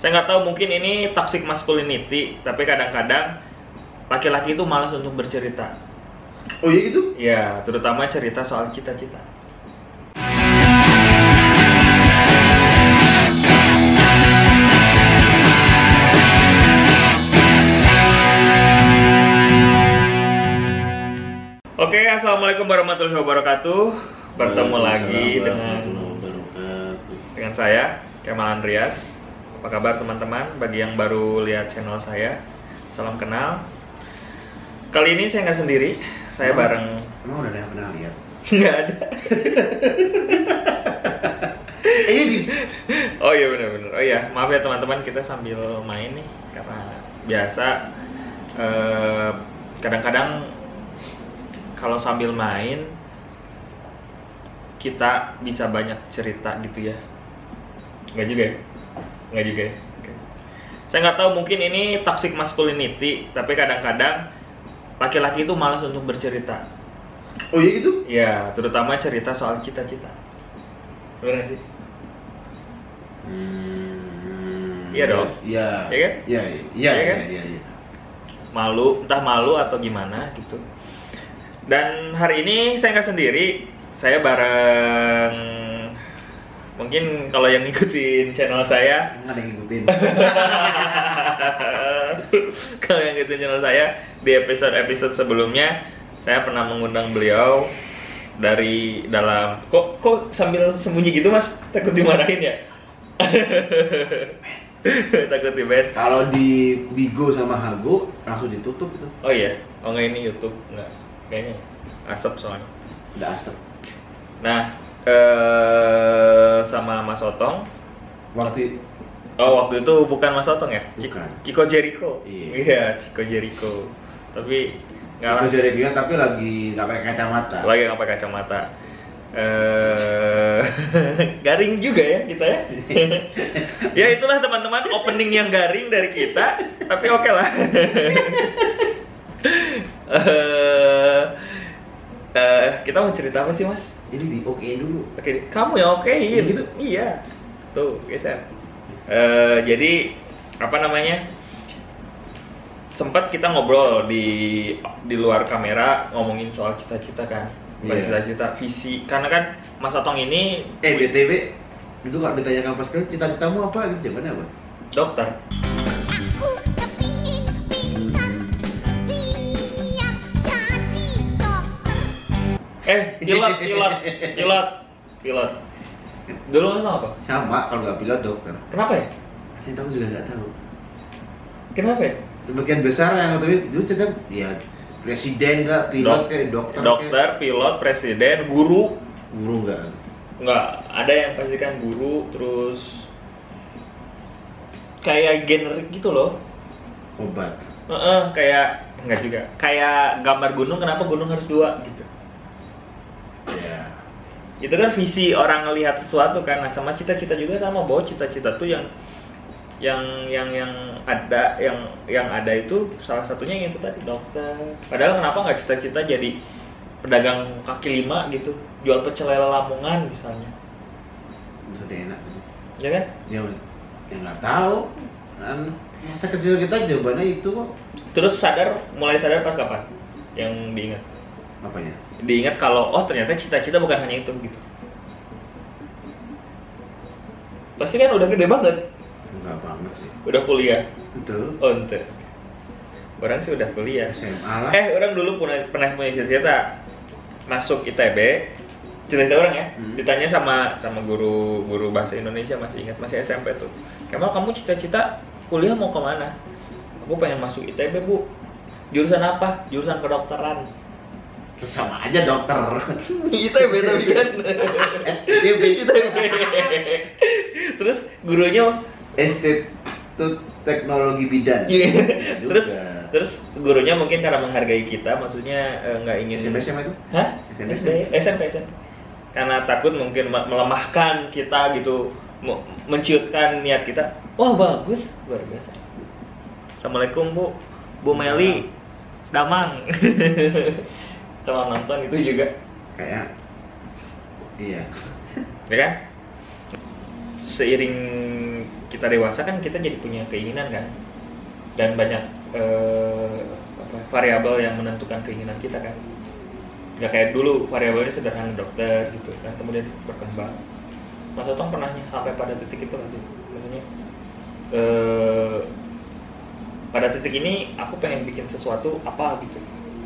Saya nggak tahu, mungkin ini toxic masculinity, tapi kadang-kadang laki-laki itu malas untuk bercerita. Oh iya gitu? Ya, terutama cerita soal cita-cita. Oke, assalamualaikum warahmatullahi wabarakatuh. Bertemu lagi dengan saya, Kemal Andreas. Apa kabar teman-teman? Bagi yang baru lihat channel saya, salam kenal. Kali ini saya nggak sendiri, saya bareng. Emang udah ada yang pernah lihat? Nggak ada. Oh iya benar-benar. Oh iya, maaf ya teman-teman, kita sambil main nih karena biasa kadang-kadang kalau sambil main kita bisa banyak cerita gitu ya. Nggak juga ya? Nggak juga ya? Oke. Saya nggak tahu, mungkin ini toxic masculinity, tapi kadang-kadang laki-laki itu malas untuk bercerita. Oh iya gitu? Ya, terutama cerita soal cita-cita. Benar nggak sih? Iya dong? Iya. Iya kan? Iya. Malu, entah malu atau gimana gitu. Dan hari ini saya nggak sendiri, saya bareng, mungkin kalau yang ngikutin channel saya, nggak ada yang ngikutin. Kalau yang ngikutin channel saya di episode sebelumnya, saya pernah mengundang beliau dari dalam. Kok sambil sembunyi gitu mas? Takut dimarahin ya? Takut di band. Kalau di Bigo sama Hago langsung ditutup itu. Oh iya, oh nggak, ini YouTube nggak, kayaknya asap soalnya. Udah asap. Nah, sama Mas Otong. Waktu itu bukan Mas Otong ya? Bukan. Chico Jericho. Iya. Iya, Chico Jericho. Tapi Chico Jericho tapi lagi nggak pakai kacamata. Lagi nggak pakai kacamata. Garing juga ya kita ya. Ya itulah teman-teman, opening yang garing dari kita. Tapi oke lah. Kita mau cerita apa sih mas? Jadi di okein dulu. Oke, kamu yang okein. Ya, gitu? Iya. Tuh, geser. Jadi apa namanya? Sempat kita ngobrol di luar kamera ngomongin soal cita-cita kan. Bukan cita-cita, visi. Karena kan Mas Otong ini BTW dulu kalau ditanyakan pas kerja cita-citamu apa gitu, jawabannya apa? dokter. Pilot. Dulu kan sama apa? Sama, kalau nggak pilot dokter. Kenapa ya? Saya tahu juga nggak tahu. Kenapa ya? Sebagian besar yang tapi dulu cerita ya presiden nggak, pilot kayak dokter. Dokter, pilot, presiden, guru. Guru Nggak, ada yang pasti kan guru, terus kayak generik gitu loh. Obat. Kayak enggak juga. Kayak gambar gunung, kenapa gunung harus dua gitu. Ya. Itu kan visi orang ngelihat sesuatu kan. Nah, sama cita-cita juga sama, bahwa cita-cita tuh yang ada itu salah satunya yang itu tadi, dokter. Padahal kenapa nggak cita-cita jadi pedagang kaki lima gitu, jual pecel lele Lamongan misalnya. Bisa enak. Ya kan? Ya nggak tahu. Kan masa kecil kita jawabannya itu kok. Terus mulai sadar pas kapan? Yang diingat? Apanya? Diingat kalau ternyata cita-cita bukan hanya itu gitu. Pasti kan udah gede banget. Enggak banget sih. Udah kuliah. Betul. Oh ente. Orang sih udah kuliah. SMA lah. Orang dulu pernah punya cita-cita masuk ITB. Cerita orang ya. Ditanya sama guru bahasa Indonesia, masih ingat, masih SMP tuh. Kemal, kamu cita-cita kuliah mau kemana? Aku pengen masuk ITB bu. Jurusan apa? Jurusan kedokteran. Sama aja dokter. ITB tapi kan. ITB. Terus gurunya Institut Teknologi Bidan. Ya, terus gurunya mungkin karena menghargai kita, maksudnya nggak ingin. SMP SMA itu? Hah? SMP. Karena takut mungkin melemahkan kita gitu, menciutkan niat kita. Wah bagus, luar biasa. Assalamualaikum Bu Meli, Damang. Kalau nonton itu juga kayak iya. Ya kan? Seiring kita dewasa kan kita jadi punya keinginan kan, dan banyak variabel yang menentukan keinginan kita kan. Nggak kayak dulu variabelnya sederhana dokter gitu kan, kemudian berkembang. Mas Otong pernah sampai pada titik itu nggak sih? Maksudnya pada titik ini aku pengen bikin sesuatu apa gitu.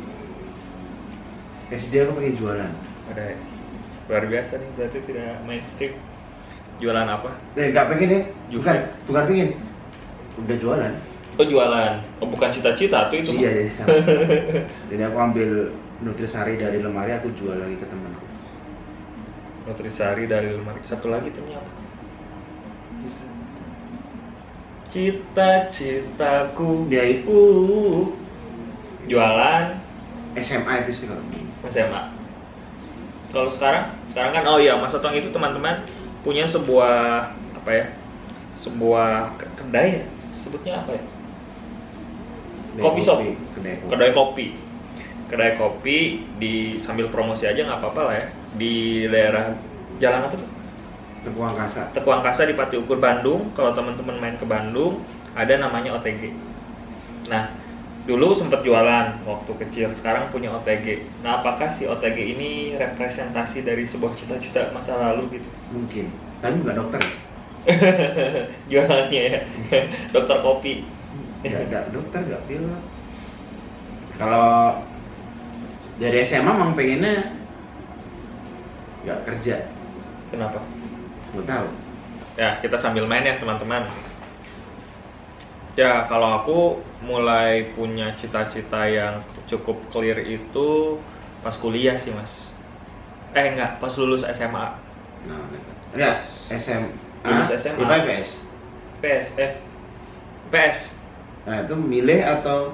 SD aku pengen jualan. Ada ya? Luar biasa nih, berarti tidak mainstream. Jualan apa? Nggak pengen ya? Juve. Bukan pengen. Udah jualan. Oh jualan, oh bukan cita-cita tuh itu. Iya, iya sama. Jadi aku ambil nutrisari dari lemari, aku jual lagi ke temanku. Nutrisari dari lemari. Satu lagi tuh apa? Cita-citaku. Dia itu Jualan SMA itu sih kalau. SMA. Kalau sekarang kan oh iya Mas Otong itu teman-teman punya sebuah apa ya? Sebuah kedai ya? Sebutnya apa ya? Kopi shop. Kedai kopi di sambil promosi aja nggak apa-apa lah ya, di daerah jalan apa tuh? Teku Angkasa di Pati Ukur Bandung. Kalau teman-teman main ke Bandung ada namanya OTG. Nah dulu sempat jualan waktu kecil, sekarang punya OTG. Nah apakah si OTG ini representasi dari sebuah cita-cita masa lalu gitu? Mungkin, tapi bukan dokter. Jualannya ya dokter kopi. Nggak dokter, nggak pilot. Kalau dari SMA emang pengennya nggak kerja. Kenapa? Nggak tahu. Ya kita sambil main ya teman-teman. Ya kalau aku mulai punya cita-cita yang cukup clear itu pas kuliah sih mas. Enggak, pas lulus SMA. Nah, enggak SMA. Lulus SMA. IPA IPS. PS. Nah itu milih atau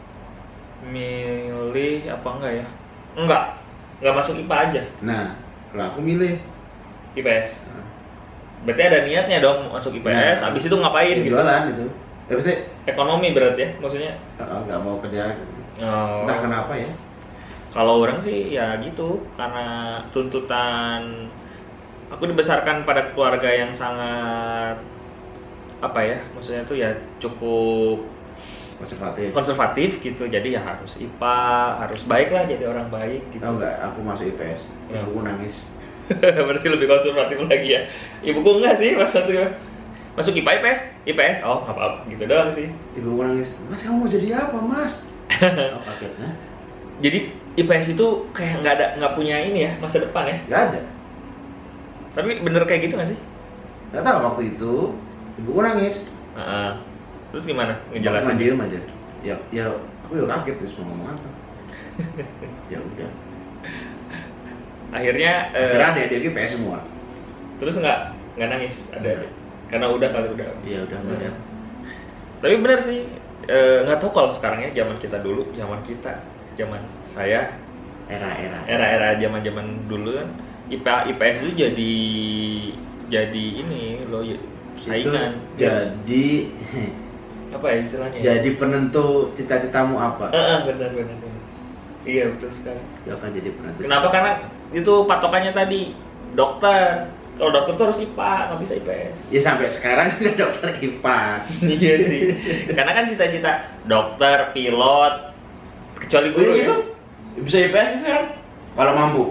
milih apa enggak ya? Enggak masuk IPA aja. Nah, kalau aku milih IPS. Berarti ada niatnya dong masuk IPS, nah, abis itu ngapain gitu? Jualan gitu. Ya pasti Ekonomi berarti ya, maksudnya? nggak mau kerja gitu. Oh. Entah kenapa ya. Kalau orang sih ya gitu, karena tuntutan aku dibesarkan pada keluarga yang sangat apa ya, maksudnya tuh ya cukup konservatif gitu, jadi ya harus IPA, harus baik lah, jadi orang baik gitu. Tahu nggak, aku masuk IPS, ibuku nangis. Berarti lebih konservatif lagi ya. Ibuku enggak sih pas satu masuk IPA IPS, oh nggak apa-apa gitu doang sih. Ibuku nangis, mas kamu mau jadi apa mas? Oh kaget, nah? Jadi IPS itu kayak nggak punya ini ya, masa depan ya? Nggak ada. Tapi bener kayak gitu nggak sih? Nggak tahu, waktu itu ibuku nangis. Terus gimana ngejelasin? Diem aja. Ya aku juga kaget terus mau ngomong apa. Ya udah. Akhirnya ada PS semua. Terus nggak nangis ada karena udah kali udah. Iya udah udah. Tapi bener sih, nggak tahu kalau sekarang ya, zaman kita dulu, zaman saya era zaman dulu kan IPS itu jadi ini loh saingan. Itu jadi apa ya istilahnya? Jadi penentu cita-citamu apa? Benar. Iya betul sekali. Ya kan jadi penentu. Kenapa? Karena itu patokannya tadi dokter. Kalau dokter tuh harus IPA, nggak bisa IPS. Ya sampai sekarang juga dokter IPA. Iya sih. Karena kan cita-cita dokter, pilot, kecuali guru ya. Bisa IPS sih kan? Kalau mampu.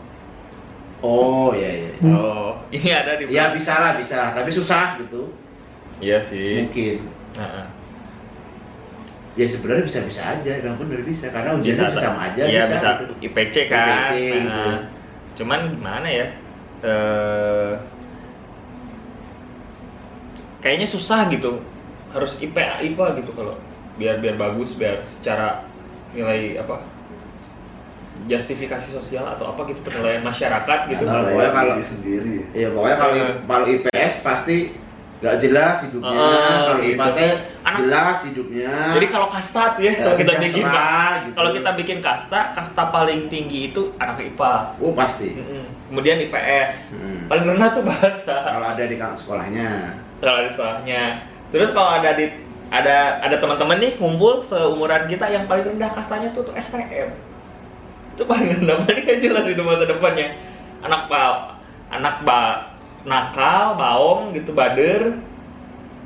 Oh iya. Oh ini ada di. Ya bisa lah, tapi susah gitu. Iya sih. Mungkin. Ya sebenarnya bisa aja, memang benar bisa, karena ujiannya bisa sama aja. Iya bisa gitu. IPC kan. Gitu. Cuman gimana ya? Kayaknya susah gitu, harus IPA gitu kalau biar bagus, biar secara nilai apa justifikasi sosial atau apa gitu, penilaian masyarakat gitu. Pokoknya kalau sendiri. Iya pokoknya kalau IPS pasti nggak jelas hidupnya, kalau gitu. IPA jelas hidupnya. Jadi kalau kasta tuh ya, kalau kita bikin gitu. Kalau kita bikin kasta paling tinggi itu anak IPA. Oh pasti. Kemudian IPS. Paling rendah tuh bahasa. Kalau ada di sekolahnya. Terus kalau ada teman-teman nih ngumpul seumuran kita yang paling rendah kastanya tuh STM. Itu paling rendah, paling kan jelas itu masa depannya. Anak nakal, baong gitu, bader.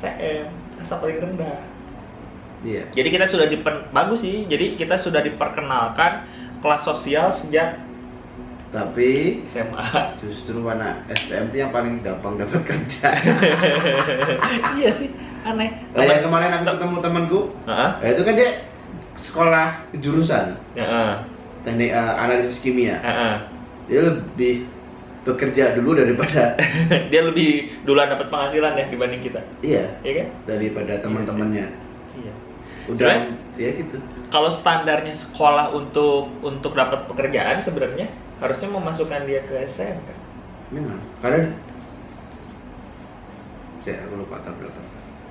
STM, kasta paling rendah. Iya. Jadi kita sudah bagus sih. Jadi kita sudah diperkenalkan kelas sosial sejak Tapi SMA. justru anak STM itu yang paling gampang dapat kerja. Iya sih, aneh. Nah, yang kemarin aku ketemu temanku, itu kan dia sekolah jurusan teknik analisis kimia. Dia lebih bekerja dulu daripada dia lebih duluan dapat penghasilan ya dibanding kita. Iya kan? Daripada teman-temannya. Iya. Udah ya gitu. Kalau standarnya sekolah untuk dapat pekerjaan sebenarnya harusnya memasukkan dia ke STM kan? Memang. Karena aku lupa berapa.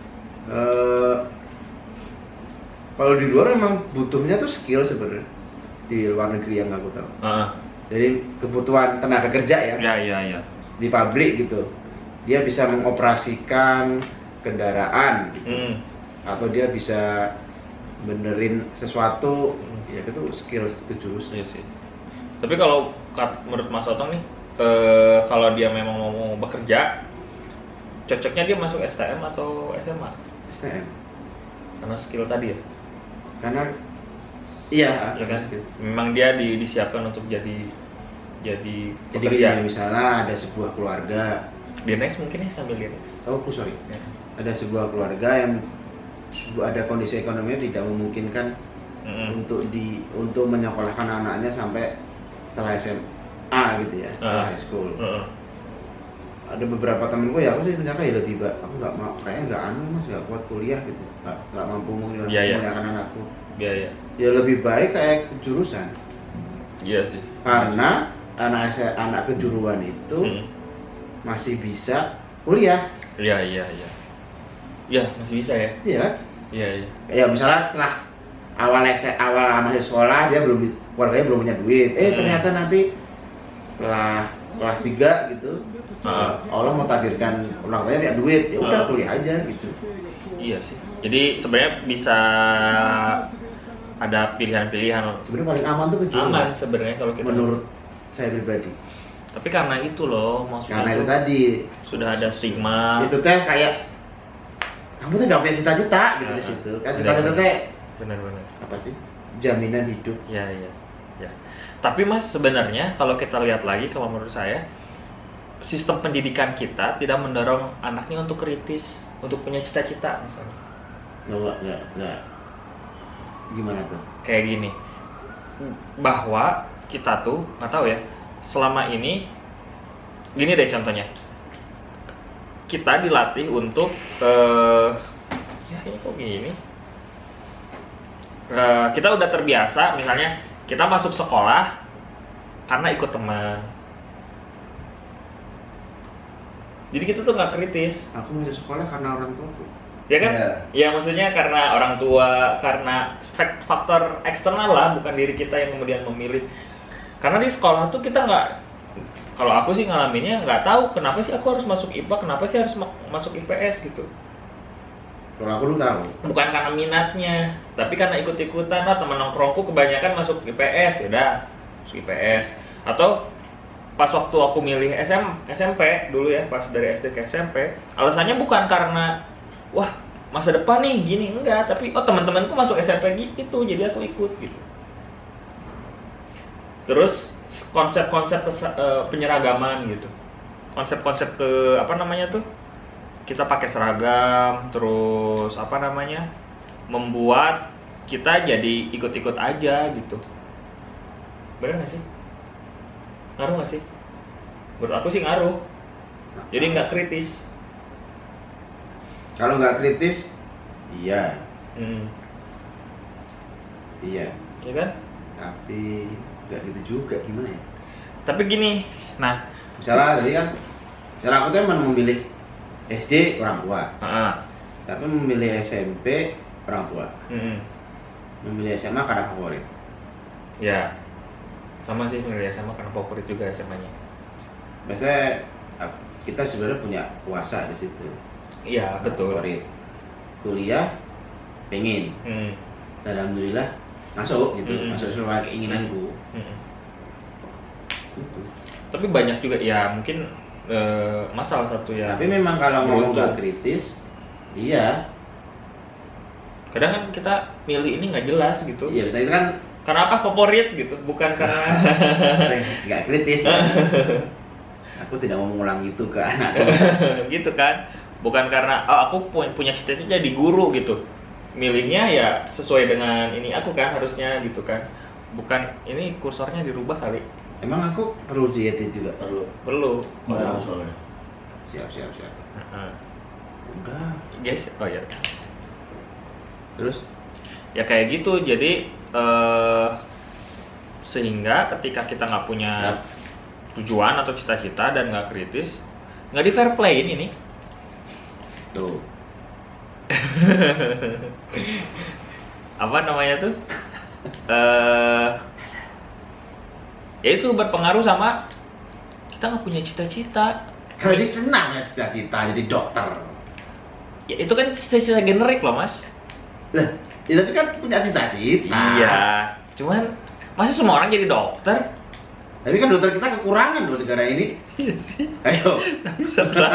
Kalau di luar memang butuhnya tuh skill sebenarnya. Di luar negeri yang aku tahu. Jadi kebutuhan tenaga kerja ya. Iya. Di pabrik gitu. Dia bisa mengoperasikan kendaraan gitu. Atau dia bisa benerin sesuatu, ya itu skill, itu jurus. Iya sih. Tapi kalau menurut Mas Otong nih, kalau dia memang mau bekerja, cocoknya dia masuk STM atau SMA? STM. Karena skill tadi ya? Karena iya kan? Skill. Memang dia disiapkan untuk jadi pekerja. Jadi misalnya ada sebuah keluarga. Dia next mungkin ya sambil dia next. Oh, sorry. Ya. Ada sebuah keluarga yang ada kondisi ekonominya tidak memungkinkan untuk menyekolahkan anaknya sampai setelah SMA gitu ya, setelah high school. Ada beberapa temenku ya, aku sih menyangka ya lebih aku nggak mau, kayaknya nggak mas, nggak kuat kuliah gitu, nggak mampu memuliakan anakku. Ya lebih baik kayak jurusan. Iya sih. Karena anak kejuruan itu masih bisa kuliah. Iya. Ya masih bisa ya. Iya. Ya misalnya setelah awal masih sekolah dia keluarganya belum punya duit. Ternyata nanti setelah kelas 3 gitu, Allah mau takdirkan orang tuanya punya duit, ya udah kuliah aja gitu. Iya sih. Jadi sebenarnya bisa ada pilihan-pilihan. Sebenarnya paling aman tuh kejuruan. Aman sebenarnya kalau kita. Menurut saya pribadi. Tapi karena itu loh, maksudnya. Karena itu tadi sudah ada stigma. Itu teh kayak kamu tuh nggak punya cita-cita gitu di situ. Kan cita-cita teh benar-benar apa sih? Jaminan hidup. Ya. Tapi Mas sebenarnya kalau kita lihat lagi, kalau menurut saya sistem pendidikan kita tidak mendorong anaknya untuk kritis, untuk punya cita-cita misalnya. Nggak. Gimana tuh? Kayak gini, bahwa kita tuh nggak tahu ya, selama ini gini deh contohnya, kita dilatih untuk ya ini kok gini, kita udah terbiasa misalnya kita masuk sekolah karena ikut teman, jadi kita tuh nggak kritis. Aku masuk sekolah karena orang tuaku. Ya kan? Ya maksudnya karena orang tua, karena faktor eksternal lah, bukan diri kita yang kemudian memilih. Karena di sekolah tuh kita nggak, kalau aku sih ngalaminnya nggak tahu kenapa sih aku harus masuk IPA, kenapa sih harus masuk IPS gitu. Kalau aku dulu tahu. Bukan karena minatnya, tapi karena ikut-ikutan lah, teman nongkrongku kebanyakan masuk IPS, ya udah masuk IPS. Atau pas waktu aku milih SMP dulu ya, pas dari SD ke SMP, alasannya bukan karena wah masa depan nih gini, enggak, tapi teman-temanku masuk SMP gitu, jadi aku ikut gitu. Terus konsep-konsep penyeragaman gitu, konsep-konsep apa namanya tuh, kita pakai seragam, terus apa namanya, membuat kita jadi ikut-ikut aja gitu. Bener nggak sih? Ngaruh nggak sih? Menurut aku sih ngaruh. Jadi nggak kritis. Kalau nggak kritis, iya. Iya. Iya kan? Tapi nggak gitu juga, gimana ya? Tapi gini, nah. Misalnya tadi kan, misalnya aku tuh emang memilih SD orang tua. Tapi memilih SMP orang tua. Memilih SMA karena favorit. Ya. Sama sih, memilih SMA karena favorit juga SMA-nya. Biasanya kita sebenarnya punya kuasa di situ. Iya, betul. Favorit. Kuliah pengen. Alhamdulillah masuk gitu, masuk sesuai keinginanku. Gitu. Tapi banyak juga ya mungkin masalah satu ya. Tapi memang kalau ngomong nggak kritis, Iya. Kadang kan kita milih ini nggak jelas gitu. Iya, itu kan karena apa? Favorit gitu, bukan karena nggak kritis. Ya. Aku tidak mau mengulang itu ke anakku. gitu kan. Bukan karena aku punya cita-cita jadi guru gitu. Milihnya ya sesuai dengan ini aku kan harusnya gitu kan. Bukan ini kursornya dirubah kali. Emang aku perlu dietin juga? Perlu. Baru soalnya. Siap. Udah. Guys, oh ya. Terus? Ya kayak gitu. Jadi sehingga ketika kita nggak punya tujuan atau cita-cita dan nggak kritis, nggak di fair play ini. Tuh. Apa namanya tuh? Ya itu berpengaruh sama kita nggak punya cita-cita. Jadi senang ya cita-cita jadi dokter. Ya itu kan cita-cita generik loh mas. Lah, itu kan punya cita-cita. Iya. Cuman masa semua orang jadi dokter? Tapi kan dokter kita kekurangan loh negara ini. Iya sih. Ayo. Tapi setelah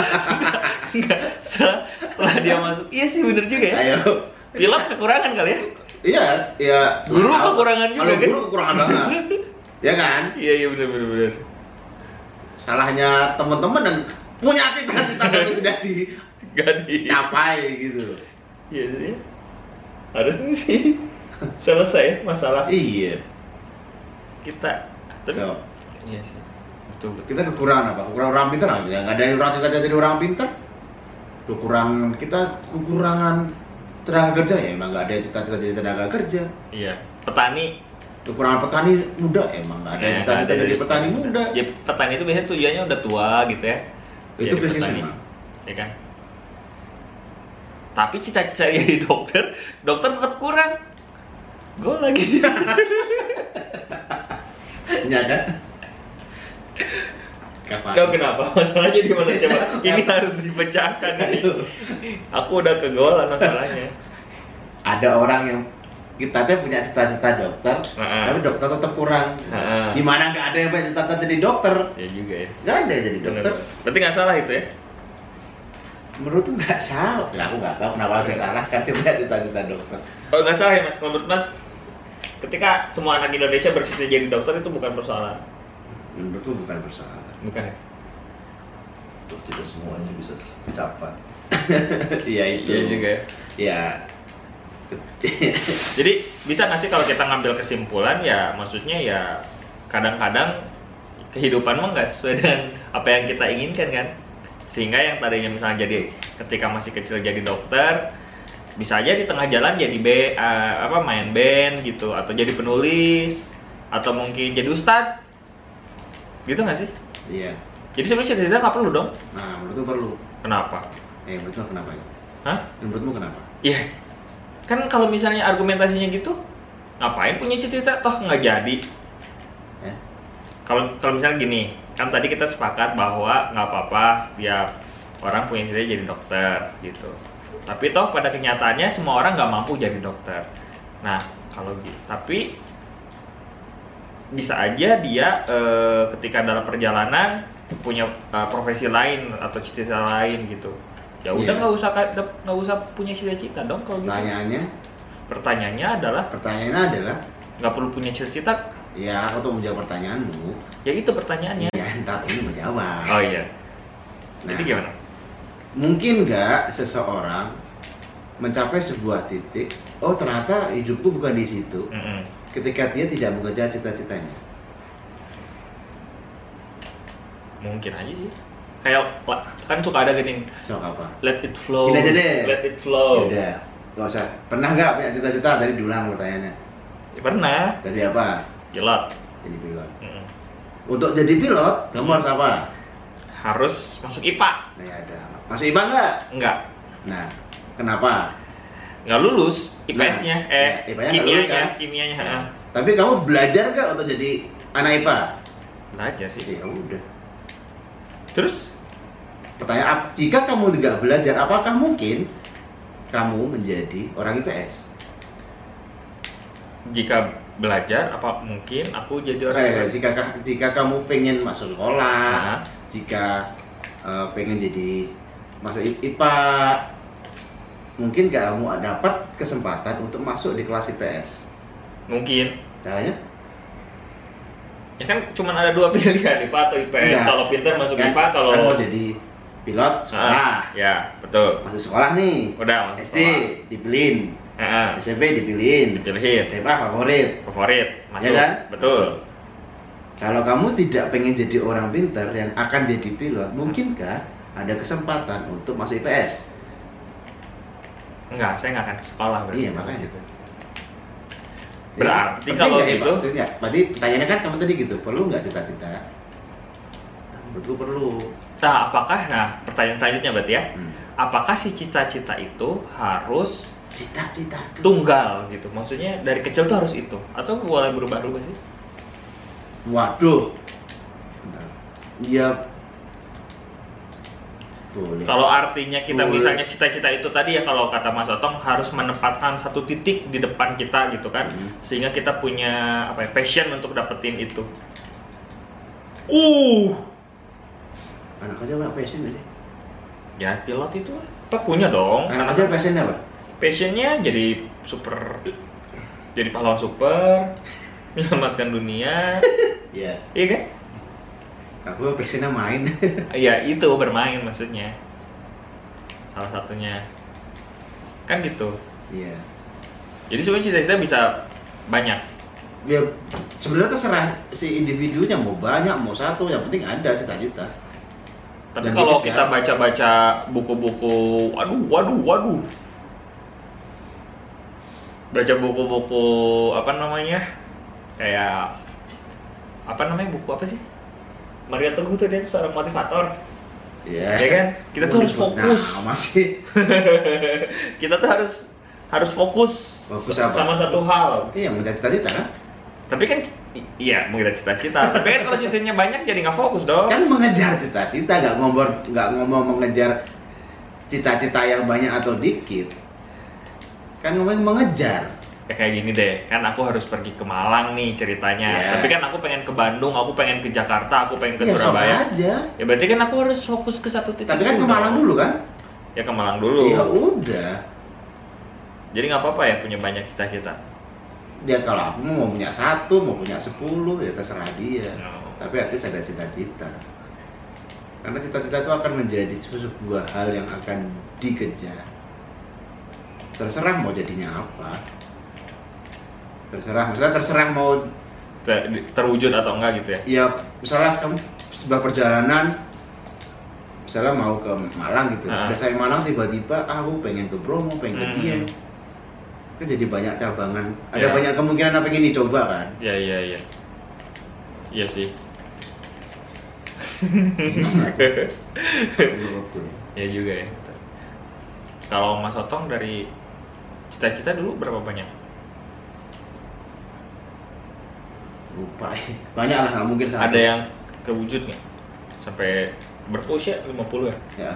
dia masuk, iya sih bener juga ya. Ayo. Pilot kekurangan kali ya? Iya. Guru kekurangan juga kalau kan? Guru kekurangan banget. Ya kan? Iya bener. Salahnya teman-teman yang punya cita-cita tapi tidak Gak dicapai gitu. Iya sih. Harusnya sih selesai masalah Iya. kita. Tapi So, iya sih. Betul. kita kekurangan apa? Kekurangan orang pintar nggak? Ya nggak ada yang orang cita-cita jadi orang pintar. Kekurangan tenaga kerja ya emang nggak ada yang cita-cita jadi tenaga kerja. Iya. Petani. Kekurangan petani muda emang nggak ada yang cita-cita jadi petani muda. Ya petani itu biasanya tujuannya udah tua gitu ya. Itu Jadi krisis petani. emang. Ya kan? Tapi cita-cita jadi dokter tetap kurang. Gue lagi. Ya kan? Kapan? Gak kenapa? Masalahnya di mana coba? Ini harus dipecahkan nih. Aku udah kegolan masalahnya. Ada orang yang kita tuh punya cita-cita dokter, tapi dokter tetap kurang. Gimana nggak ada yang punya cita-cita jadi dokter? Ya juga ya. Nggak ada yang jadi dokter. Berarti nggak salah itu ya? Menurut tuh nggak salah. Ya, aku nggak tahu kenapa nggak salah kan sih punya cita-cita dokter. Oh nggak salah ya mas. Kalau menurut mas, ketika semua anak Indonesia bercita jadi dokter itu bukan persoalan. Menurut tuh bukan persoalan. Bukan ya? Untuk tidak semuanya bisa tercapai. Iya itu. Iya juga ya. Ya. Jadi bisa nggak sih kalau kita ngambil kesimpulan ya, maksudnya ya kadang-kadang kehidupan mah nggak sesuai dengan apa yang kita inginkan kan, sehingga yang tadinya misalnya jadi ketika masih kecil jadi dokter, bisa aja di tengah jalan jadi main band gitu, atau jadi penulis, atau mungkin jadi ustadz, gitu nggak sih? Iya. Jadi sebenarnya cita-cita nggak perlu dong? Nah, menurut tuh perlu. Kenapa? Menurutmu kenapa ya? Hah? Menurutmu kenapa? Iya. Kan kalau misalnya argumentasinya gitu, ngapain punya cita-cita toh nggak jadi? Ya. Kalau misalnya gini, kan tadi kita sepakat bahwa nggak apa-apa setiap orang punya cita-cita jadi dokter gitu. Tapi toh pada kenyataannya semua orang nggak mampu jadi dokter. Nah kalau gitu, tapi bisa aja dia ketika dalam perjalanan punya profesi lain atau cita-cita lain gitu. Ya udah nggak usah punya cita-cita dong kalau gitu. Pertanyaannya adalah nggak perlu punya cita-cita. Ya, aku tuh menjawab pertanyaanmu. Ya itu pertanyaannya. Ya, entar ini menjawab. Oh iya. Nah, Jadi gimana? mungkin nggak seseorang mencapai sebuah titik, oh ternyata hidupku bukan di situ, ketika dia tidak mengejar cita-citanya? Mungkin aja sih. Kayak kan suka ada gini. Sok apa? Let it flow. Gini aja deh. Let it flow. Udah, nggak usah. Pernah nggak punya cita-cita? Tadi diulang pertanyaannya. Ya, pernah. Jadi apa? Pilot. Jadi pilot. Untuk jadi pilot, kamu harus apa? Harus masuk IPA. Nah, ya ada. Masuk IPA nggak? Enggak. Nah, kenapa? Nggak lulus IPS-nya. IPA-nya nggak lulus kan? Kimianya. Nah, tapi kamu belajar nggak untuk jadi anak IPA? Belajar sih. Ya udah. Terus? Pertanyaan, jika kamu tidak belajar, apakah mungkin kamu menjadi orang IPS? Jika belajar, apa mungkin aku jadi orang IPS? Jika kamu pengen masuk sekolah, jika pengen jadi masuk IPA, mungkin kamu dapat kesempatan untuk masuk di kelas IPS. Mungkin. Caranya? Ya kan cuma ada 2 pilihan, IPA atau IPS. Enggak. Kalau pintar masuk Kan- IPA, kalau kan mau jadi pilot sekolah. ya, betul. Masuk sekolah nih. Udah masuk SD sekolah. dipilihin, Heeh. SMP dipilihin, Dipilihin. SMA favorit. Favorit, masuk. Ya kan? Betul. Masuk. Kalau kamu tidak pengen jadi orang pintar yang akan jadi pilot, mungkinkah ada kesempatan untuk masuk IPS? Enggak, saya nggak akan ke sekolah berarti. Iya, makanya. gitu. Berarti Penting kalau nggak ya, gitu, Pak? Penting nggak? Tadi pertanyaannya kan kamu tadi gitu, perlu nggak cita-cita? Menurutku perlu. pertanyaan selanjutnya berarti ya, Hmm. apakah si cita-cita itu harus Cita-cita tunggal gitu? Maksudnya dari kecil tuh harus itu, atau boleh berubah-ubah sih? Waduh. Iya. Boleh. Kalau artinya kita Boleh. misalnya cita-cita itu tadi ya, kalau kata Mas Otong harus menempatkan satu titik di depan kita gitu kan, sehingga kita punya apa ya, passion untuk dapetin itu. Anak aja nggak passion nggak sih? Ya pilot itu apa punya dong. Anak aja passionnya apa? Passionnya jadi jadi pahlawan super, menyelamatkan dunia, Iya. iya kan? Aku passionnya main. Iya itu bermain maksudnya. Salah satunya kan gitu. Iya. Jadi sebenarnya cita-cita bisa banyak. Ya sebenarnya terserah si individunya mau banyak mau satu, yang penting ada cita-cita. Tapi Dan kalau dikejar. kita baca-baca buku-buku, waduh. Baca buku-buku apa namanya? Kayak apa namanya, buku apa sih? Maria Teguh tuh dia seorang motivator. Iya. Ya kan? Kita tuh harus fokus. Nah, masih. Kita tuh harus fokus Fokus apa? sama satu hal. Iya, mengejar cita-cita kan? Tapi kan iya mengejar cita-cita. Tapi kan kalau cita-citanya banyak jadi nggak fokus dong. Kan mengejar cita-cita, nggak ngomong mengejar cita-cita yang banyak atau dikit. Kan ngomong mengejar. Ya kayak gini deh, kan aku harus pergi ke Malang nih ceritanya. Ya. Tapi kan aku pengen ke Bandung, aku pengen ke Jakarta, aku pengen ke Ya, sok Surabaya. aja. Ya berarti kan aku harus fokus ke satu titik. Tapi kan ke dong. Malang dulu kan? Ya ke Malang dulu. Ya udah. Jadi nggak apa-apa ya punya banyak cita-cita. Dia kalau aku mau punya 1, mau punya 10, ya terserah dia. No. Tapi at least ada cita-cita. Karena cita-cita itu akan menjadi sebuah hal yang akan dikejar. Terserah mau jadinya apa. Terserah mau Terwujud atau enggak gitu ya. ya misalnya kamu sebuah perjalanan, misalnya mau ke Malang gitu. Ah. Udah saya Malang tiba-tiba aku pengen ke Bromo, pengen ke Dieng. Kan jadi banyak cabangan. Ada Ya. banyak kemungkinan apa pengen dicoba kan. Iya. Iya sih. Ya juga ya. Kalau Mas Otong dari cita-cita dulu berapa banyak? Lupa. Banyak lah, nggak mungkin satu. Ada yang kewujud nggak? Sampai berusia 50 ya? Ya.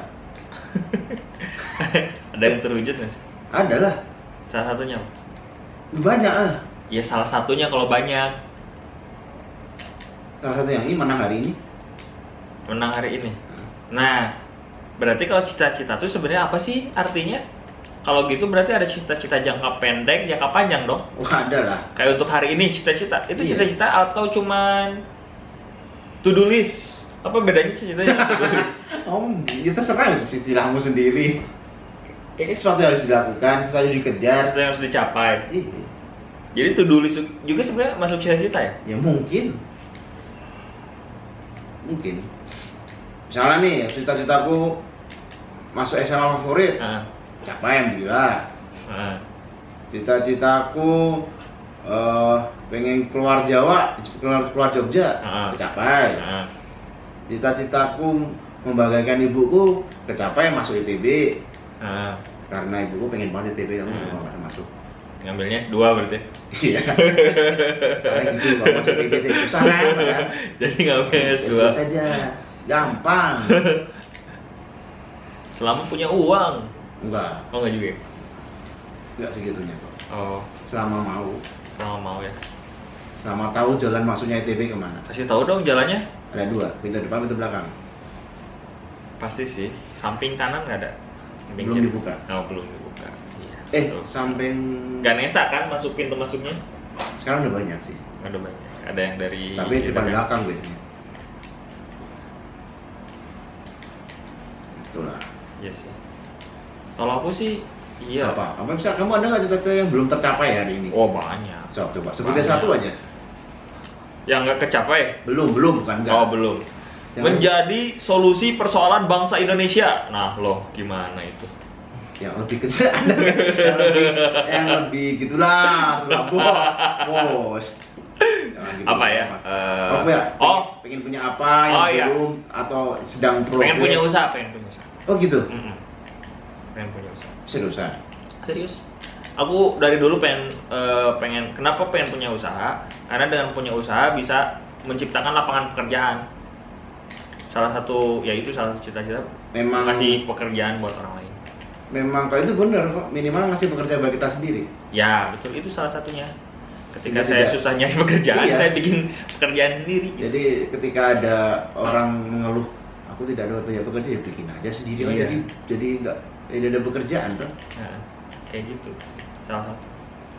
Ada yang terwujud nggak sih? Ada lah. Salah satunya apa? Banyak lah. Ya salah satunya kalau banyak. Salah satu yang ini menang hari ini. Menang hari ini. Nah, berarti kalau cita-cita itu sebenarnya apa sih artinya? Kalau gitu berarti ada cita-cita jangka pendek, jangka panjang dong. Wah, ada lah. Kayak untuk hari ini cita-cita. Itu Iya. cita-cita atau cuman to do list? Apa bedanya cita-cita sama to do list? Oh, ya terserah istilahmu sendiri. Ini sesuatu yang harus dilakukan, sesuatu yang dikejar. Sesuatu yang harus dicapai. Iya. Jadi to do list juga sebenarnya masuk cita-cita ya? Ya mungkin. Misalnya nih, cita-citaku masuk SMA favorit, Nah, capai alhamdulillah. nah. Cita-citaku pengen keluar Jawa, keluar Jogja, kecapai. Nah. Cita-citaku membanggakan ibuku, kecapai masuk ITB. Nah. Karena ibuku pengen banget ITB, tapi Hmm. nggak masuk. Ngambilnya S2 berarti. Iya. Karena gitu nggak masuk ITB, susah kan? Jadi ngambilnya S2. S2 saja, gampang. Selama punya uang. Enggak, Oh enggak juga ya? enggak segitunya kok. Oh, Selama mau ya. selama tahu jalan masuknya ITB kemana. Kasih tahu dong jalannya. Ada 2, pintu depan, pintu belakang. Pasti sih. Samping kanan nggak ada. Samping Belum kiri. dibuka. Oh, belum dibuka. Samping Ganesha kan masuk pintu masuknya. sekarang udah banyak sih. Ada banyak. Ada yang dari Tapi depan belakang bedanya. Itulah. Iya sih. Kalau aku sih iya. Apa bisa kamu ada nggak cita-cita yang belum tercapai hari ini? Oh banyak. So, coba sebutin Banyak. satu aja. Yang nggak kecapai? Bukan enggak. Oh belum. Menjadi solusi persoalan bangsa Indonesia. Nah loh, gimana itu? Yang lebih kecil ada yang lebih gitulah, bos. Jangan gitu. Apa ya? Apa ya? Pengen punya apa yang belum atau sedang progres? Pengen punya usaha. Oh gitu. Pengen punya usaha. Serius. Aku dari dulu pengen kenapa pengen punya usaha? Karena dengan punya usaha bisa menciptakan lapangan pekerjaan. Salah satu cita-cita memang kasih pekerjaan buat orang lain. Memang kalau itu benar kok, minimal ngasih pekerjaan bagi kita sendiri. Ya betul, itu salah satunya. Ketika saya susah nyari pekerjaan, saya bikin pekerjaan sendiri. Jadi ketika ada orang mengeluh, aku tidak ada punya pekerjaan, ya bikin aja sendiri. Jadi nggak ada pekerjaan tuh. Nah, kayak gitu, salah satu.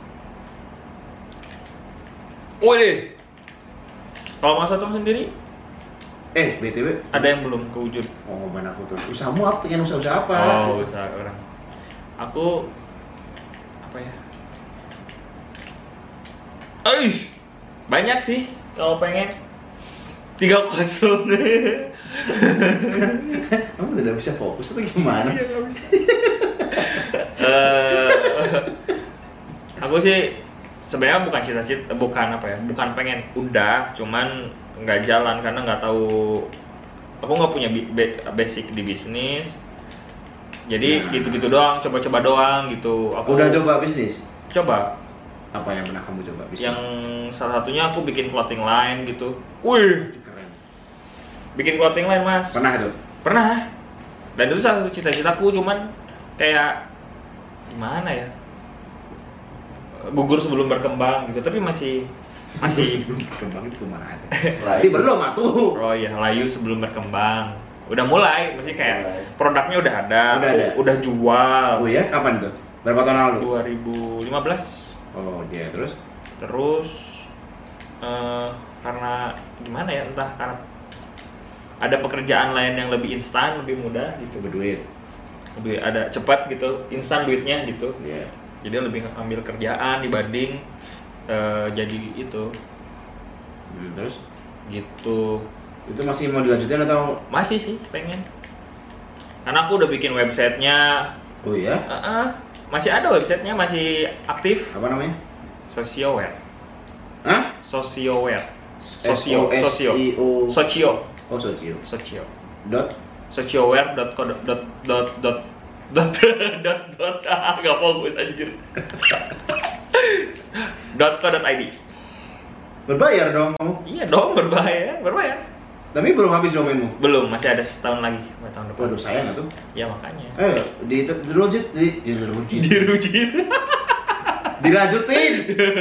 Wih, kalau Mas Otong sendiri? BTW ada yang belum kewujud. Oh, mana aku tuh. Usahamu apa? Pengen usaha apa? Oh, usaha orang. Aku apa ya? Banyak sih kalau pengen 3-0. Kamu tidak bisa fokus atau gimana? Iya, nggak bisa. Aku sih sebenarnya bukan cita-cita, bukan pengen udah, cuman nggak jalan karena nggak tahu, aku nggak punya basic di bisnis, jadi gitu-gitu doang, coba-coba doang gitu. Aku udah coba bisnis? Coba. Apa yang pernah kamu coba bisnis? Yang salah satunya aku bikin clothing line gitu. Wih, keren. Bikin clothing line, Mas. Pernah tuh? Pernah. Dan itu salah satu cita-citaku, cuman kayak gimana ya, gugur sebelum berkembang gitu, tapi masih sebelum berkembang itu kemana? Masih belum atuh. Oh iya, layu sebelum berkembang. Udah mulai, masih kayak produknya udah ada. Udah jual. Oh iya, kapan tuh? Berapa tahun lalu? 2015. Oh iya, terus karena gimana ya, entah karena ada pekerjaan lain yang lebih instan, lebih mudah gitu, berduit. Lebih ada cepat gitu, instan duitnya gitu. Iya. Jadi lebih ambil kerjaan dibanding jadi itu. Terus gitu. Itu masih mau dilanjutin atau? Masih sih, pengen. Karena aku udah bikin websitenya. Oh iya? Masih ada websitenya, masih aktif. Apa namanya? Socioware. Hah? Socioware. Socio. Oh, Socio. Socioware.co. Gak fokus anjir. .co.id. Berbayar dong kamu? Iya dong, berbayar. Tapi belum habis domainmu? Belum, masih ada setahun lagi, tahun depan. Waduh, sayang nggak tuh? Ya makanya. Dilanjutin.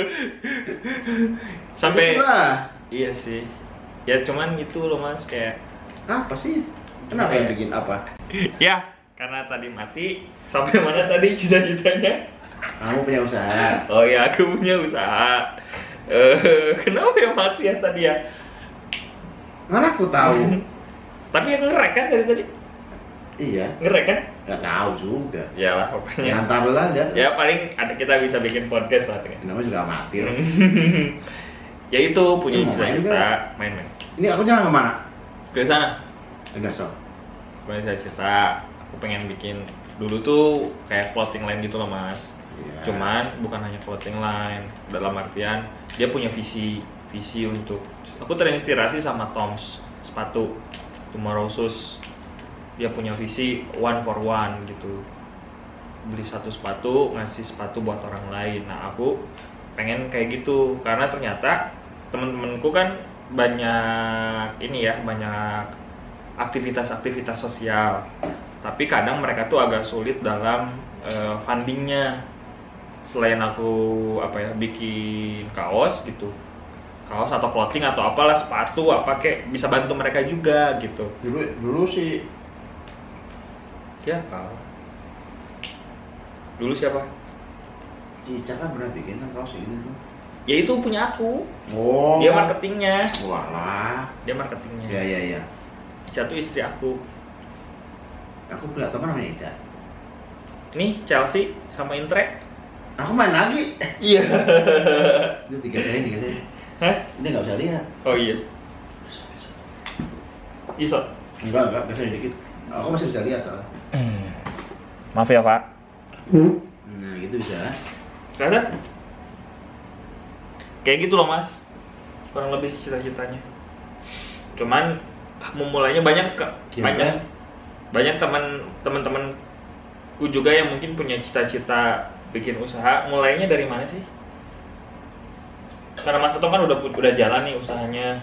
Sampai. Itulah. Iya sih. Ya cuman gitu loh, Mas, kayak apa sih? Kenapa yang bikin apa? Ya, karena tadi mati. Sampai mana tadi cita-citanya? Kamu punya usaha. Oh ya, aku punya usaha. Kenapa ya mati ya tadi ya? Mana aku tahu. Tapi yang ngerek kan dari tadi? Iya. Ngerek kan? Gak tahu juga. Ya lah pokoknya. Ngantar lah lihat. Ya paling ada, kita bisa bikin podcast lah. Namanya juga amatir. Ya itu punya cita-cita main-main. Ini aku jalan kemana? Ke sana. Enggak, so. Punya cita-cita. Aku pengen bikin dulu tuh kayak clothing line gitu loh, Mas. Yeah. Cuman bukan hanya clothing line, dalam artian dia punya visi untuk, aku terinspirasi sama Toms sepatu Tomorrow Shoes. Dia punya visi 1 for 1 gitu, beli satu sepatu ngasih sepatu buat orang lain. Nah aku pengen kayak gitu karena ternyata temen-temenku kan banyak banyak aktivitas sosial, tapi kadang mereka tuh agak sulit dalam fundingnya. Selain aku bikin kaos gitu, kaos atau clothing atau apalah, sepatu apa kayak bisa bantu mereka juga gitu. Dulu sih ya, kalau dulu siapa? Cica kan pernah bikin kan kaos ini tuh. Ya itu punya aku. Oh. Dia marketingnya. Walah. Dia marketingnya. Ya. Ica tuh istri aku. Aku punya teman namanya Ica. Nih Chelsea sama Intre. Aku main lagi. Iya. Itu tiga saya. Hah? Ini nggak bisa lihat. Oh iya. Iso. Enggak, bisa dikit. Aku masih bisa lihat soalnya. Maaf ya Pak. Nah, gitu bisa. Ada? Kayak gitu loh Mas. Kurang lebih cita-citanya. Cuman memulainya banyak teman-temanku juga yang mungkin punya cita-cita bikin usaha. Mulainya dari mana sih? Karena Mas Toto kan udah jalan nih usahanya.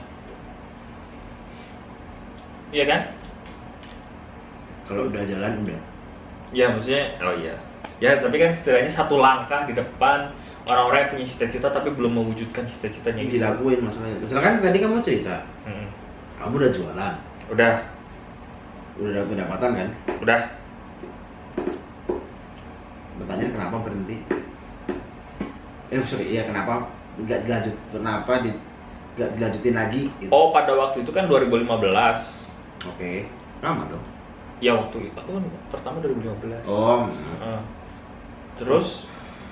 Iya kan? Kalau udah jalan udah. Ya maksudnya, oh iya. Ya tapi kan setidaknya satu langkah di depan orang-orang yang punya cita-cita tapi belum mewujudkan cita-citanya Ini gitu. dilakuin masalahnya. Misalkan tadi kamu cerita, kamu udah jualan, Udah dapat pendapatan kan? Udah. Pertanyaan kenapa berhenti? Kenapa nggak dilanjutin lagi? Gitu. Oh pada waktu itu kan 2015. Oke, lama dong. Ya waktu itu aku kan pertama 2015. Oh, Terus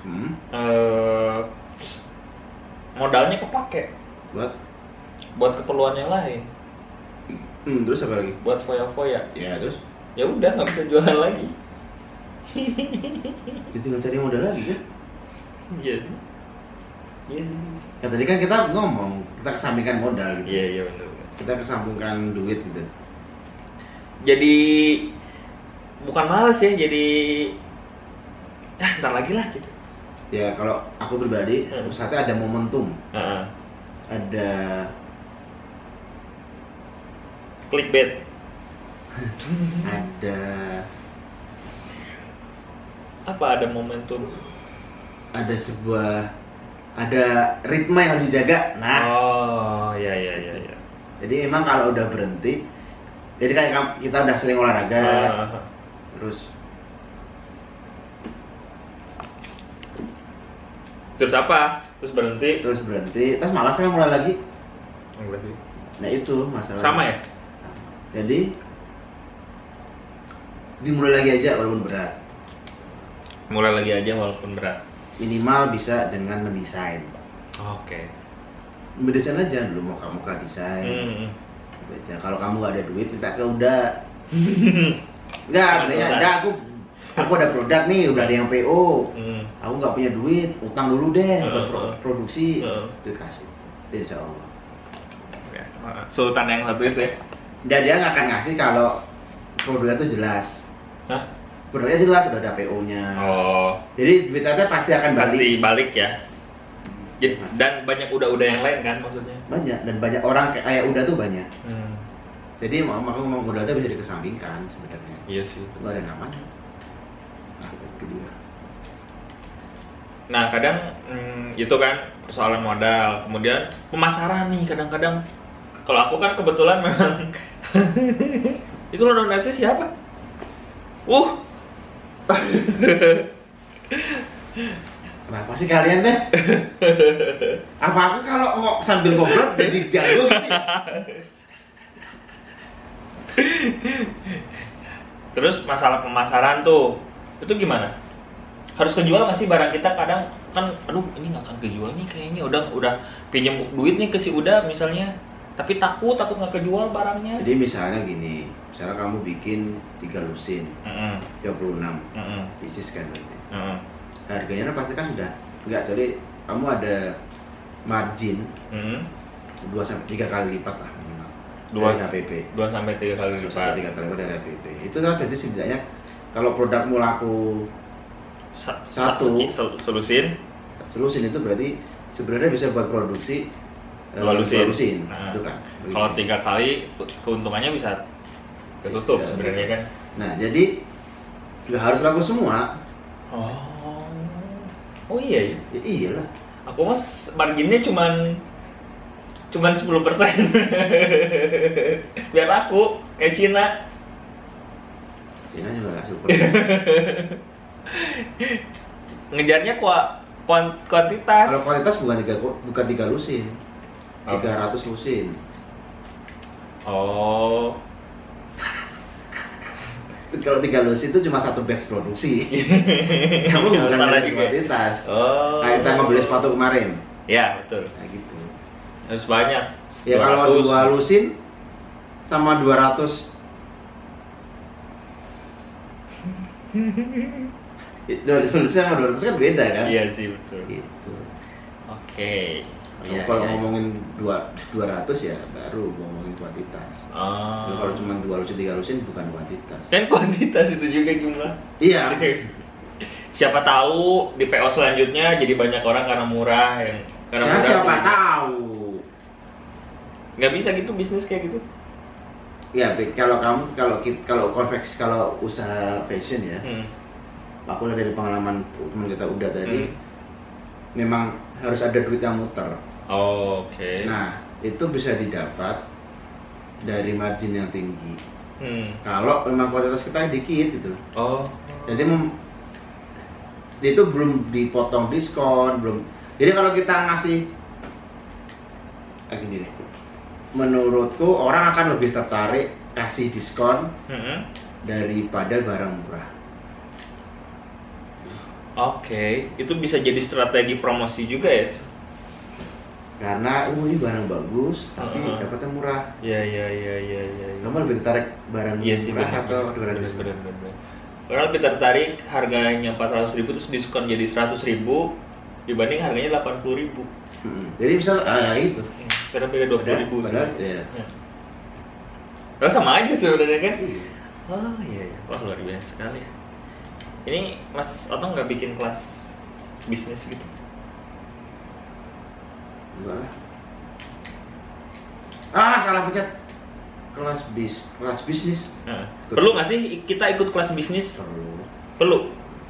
modalnya kepake buat keperluan yang lain. Terus apa lagi? Buat foya-foya. Ya terus? Ya udah nggak bisa jualan lagi. Jadi tinggal cari modal lagi kan? Iya sih. Ya tadi kan kita ngomong, kita kesampingkan modal gitu. Iya benar. Kita kesampingkan duit gitu. Jadi bukan malas ya, jadi ntar lagi lah gitu. Ya kalau aku pribadi, usahanya ada momentum, ada clickbait, ada apa? Ada momentum, ada ritme yang harus dijaga. Nah, oh ya. jadi emang kalau udah berhenti, jadi kayak kita udah sering olahraga, terus apa? Terus berhenti, terus malas kan mulai lagi. enggak sih. Nah itu masalah. Sama ya? Sama. Jadi dimulai lagi aja walaupun berat. Mulai lagi aja walaupun berat. Minimal bisa dengan mendesain. Oke. Mendesain aja dulu, muka desain. Kalau kamu nggak ada duit, minta ke udah. Enggak, sebenarnya aku ada produk nih, udah ada yang PO. Aku nggak punya duit, utang dulu deh buat produksi, dikasih. Insya Allah. Sultan yang satu itu ya? Dan dia nggak akan ngasih kalau produknya tuh jelas. Hah? Produknya jelas, udah ada PO-nya. Oh. Jadi duitnya pasti akan balik. Pasti balik ya. Dan banyak udah yang lain kan maksudnya? Banyak, dan banyak orang kayak udah tuh banyak. Jadi aku mau modalnya bisa dikesampingkan sebenarnya. Iya sih. Itu nggak ada namanya. Nah, itu dia. Nah kadang itu kan persoalan modal, kemudian pemasaran nih kadang-kadang. Kalau aku kan kebetulan memang itu London FC siapa? Kenapa sih kalian teh? Apa aku kalau mau sambil ngobrol jadi jago gitu? Terus masalah pemasaran tuh, itu gimana? Harus kejual nggak sih barang kita? Kadang kan, aduh ini nggak akan kejual nih kayaknya. Udah pinjam duit nih ke si Uda misalnya, tapi takut nggak kejual barangnya. Jadi misalnya gini, misalnya kamu bikin 3 lusin, 36 pieces kan berarti. Harganya pasti kan sudah enggak, jadi kamu ada margin 2-3 kali lipat lah minimal dari HPP. 2-3 kali lipat. 3 kali lipat dari HPP. Itu kan berarti setidaknya kalau produkmu laku selusin itu berarti sebenarnya bisa buat produksi 2 lusin. Itu kan. Kalau 3 kali keuntungannya bisa ketutup sebenarnya kan. Nah, jadi nggak harus laku semua. Oh iya ya? Ya iyalah. Aku mas marginnya cuman 10%. Biar aku kayak Cina. Cina juga nggak super. Ngejarnya kuantitas. Kalau kuantitas bukan 3 lusin. 300 lusin. Oh. Kalau 3 lusin itu cuma 1 batch produksi. Kamu bukan dari kuantitas. Oh. Kayak kita ngebeli sepatu kemarin. Ya, betul. Nah gitu. Harus banyak. Ya kalau 2 lusin sama 200 200 sama 200 kan beda kan? Iya sih, betul. Gitu. Oke. Ya, kalau ngomongin 200 ya baru ngomongin kuantitas. Oh. Kalau cuma 2 lusin 3 lusin bukan kuantitas. Kan kuantitas itu juga jumlah. Iya. Siapa tahu di PO selanjutnya jadi banyak orang karena murah Siapa tahu. Nggak bisa gitu bisnis kayak gitu. Ya, kalau konveksi, kalau usaha fashion ya. Aku lihat dari pengalaman teman kita udah tadi, memang harus ada duit yang muter. Oh, oke. Nah, itu bisa didapat dari margin yang tinggi. Kalau memang kuantitas kita dikit gitu. Oh. Jadi itu belum dipotong diskon, belum. Jadi kalau kita ngasih gini deh. Menurutku orang akan lebih tertarik kasih diskon daripada barang murah. Oke, itu bisa jadi strategi promosi juga ya? Karena ini barang bagus tapi dapatnya murah. Iya. Kamu lebih tertarik barang murah atau barang diskon? Bener. Orang lebih tertarik harganya 400.000 terus diskon jadi 100.000 dibanding harganya 80.000. Jadi misal itu. Karena beda 20.000 sih. Iya. Kalau sama aja sebenarnya kan? Iya. Oh iya. Wah luar biasa sekali ya. Ini Mas Otong nggak bikin kelas bisnis gitu? Enggak lah. Salah pencet. Kelas bisnis. Perlu nggak sih kita ikut kelas bisnis? Perlu.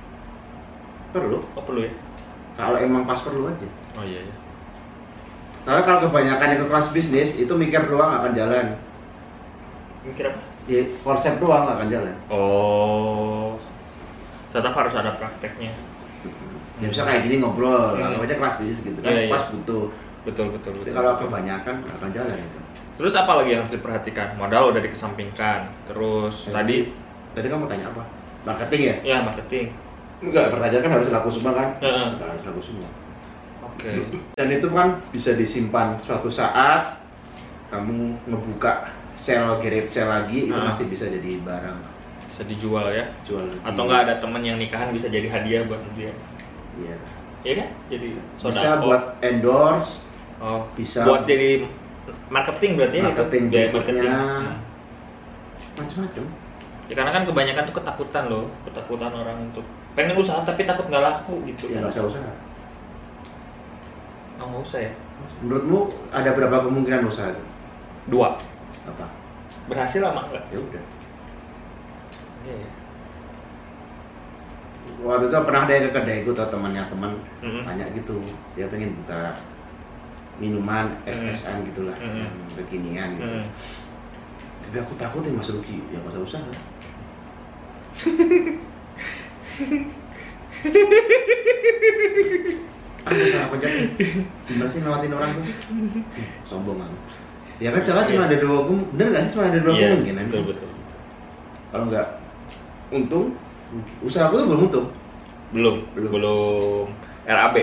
Oh perlu ya? Kalau emang pas perlu aja. Oh iya. Soalnya kalau kebanyakan ikut kelas bisnis itu mikir doang nggak akan jalan. Mikir apa? Ya, konsep doang nggak akan jalan. Oh. Tetap harus ada prakteknya. Ya bisa kayak gini ngobrol, anggap aja kelas bisnis gitu kan, pas butuh. Betul. Tapi kalau kebanyakan nggak akan jalan itu. Terus apa lagi yang harus diperhatikan? Modal udah dikesampingkan. Terus tadi kamu tanya apa? Marketing ya? Ya marketing. Enggak, pertanyaan kan harus laku semua kan? Enggak harus laku semua. Oke. Dan itu kan bisa disimpan suatu saat kamu ngebuka garage sale lagi, itu masih bisa jadi barang. Bisa dijual ya? Jual lagi. Atau nggak ada temen yang nikahan bisa jadi hadiah buat dia? Iya. Iya kan? Jadi bisa buat endorse. Oh. Bisa buat jadi marketing berarti ya? Marketing berikutnya. Macam-macam. Ya karena kan kebanyakan tuh ketakutan orang untuk pengen usaha tapi takut nggak laku gitu. Ya nggak usah usaha. Nggak usah ya? Menurutmu ada berapa kemungkinan usaha itu? 2. Apa? Berhasil lama nggak? Ya udah. Iya. Waktu itu pernah ada yang ke kedaiku atau temannya teman tanya gitu, dia pengen buka minuman es-esan gitulah, yang kekinian gitu. Tapi aku takut Mas rugi, ya nggak usah usaha. Aku salah pencet. Gimana sih ngelawatin orang tuh? Sombong aku. Ya kan cara cuma ada 2 bener nggak sih cuma ada 2 kemungkinan? Betul. Kalau nggak untung, usaha aku tuh belum untung. Belum. RAB.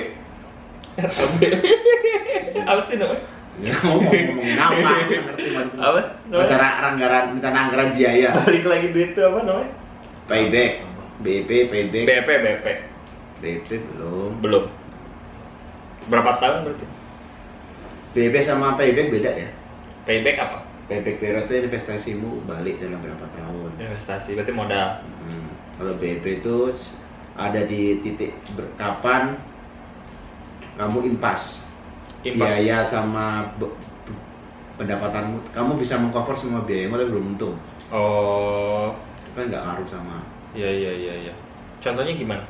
Apa sih namanya? Ya, ngomongin apa? Nggak ngerti maksudnya. Apa? Rencana anggaran biaya. Balik lagi duit itu apa namanya? Payback. payback. BP belum. Berapa tahun berarti? BP sama payback beda ya? Payback apa? Payback period itu investasimu balik dalam berapa tahun. Investasi berarti modal. Kalau BP itu ada di titik kapan kamu impas. Biaya sama pendapatanmu, kamu bisa mengcover semua biayamu tapi belum untung. Oh, itu kan nggak ngaruh sama. Iya. Contohnya gimana?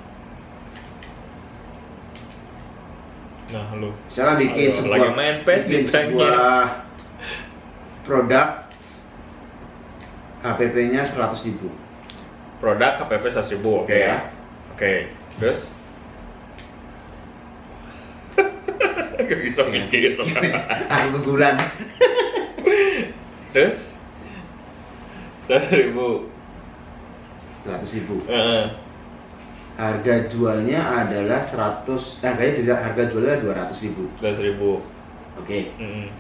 Nah, lu Misalnya bikin sebuah produk HPP-nya 100.000. Produk HPP 100.000, oke. Ya. Oke. Terus Gak bisa mikir. Aku bulan. Terus 100.000. Harga jualnya adalah 100. Harga jualnya 200.000. 200.000. Oke.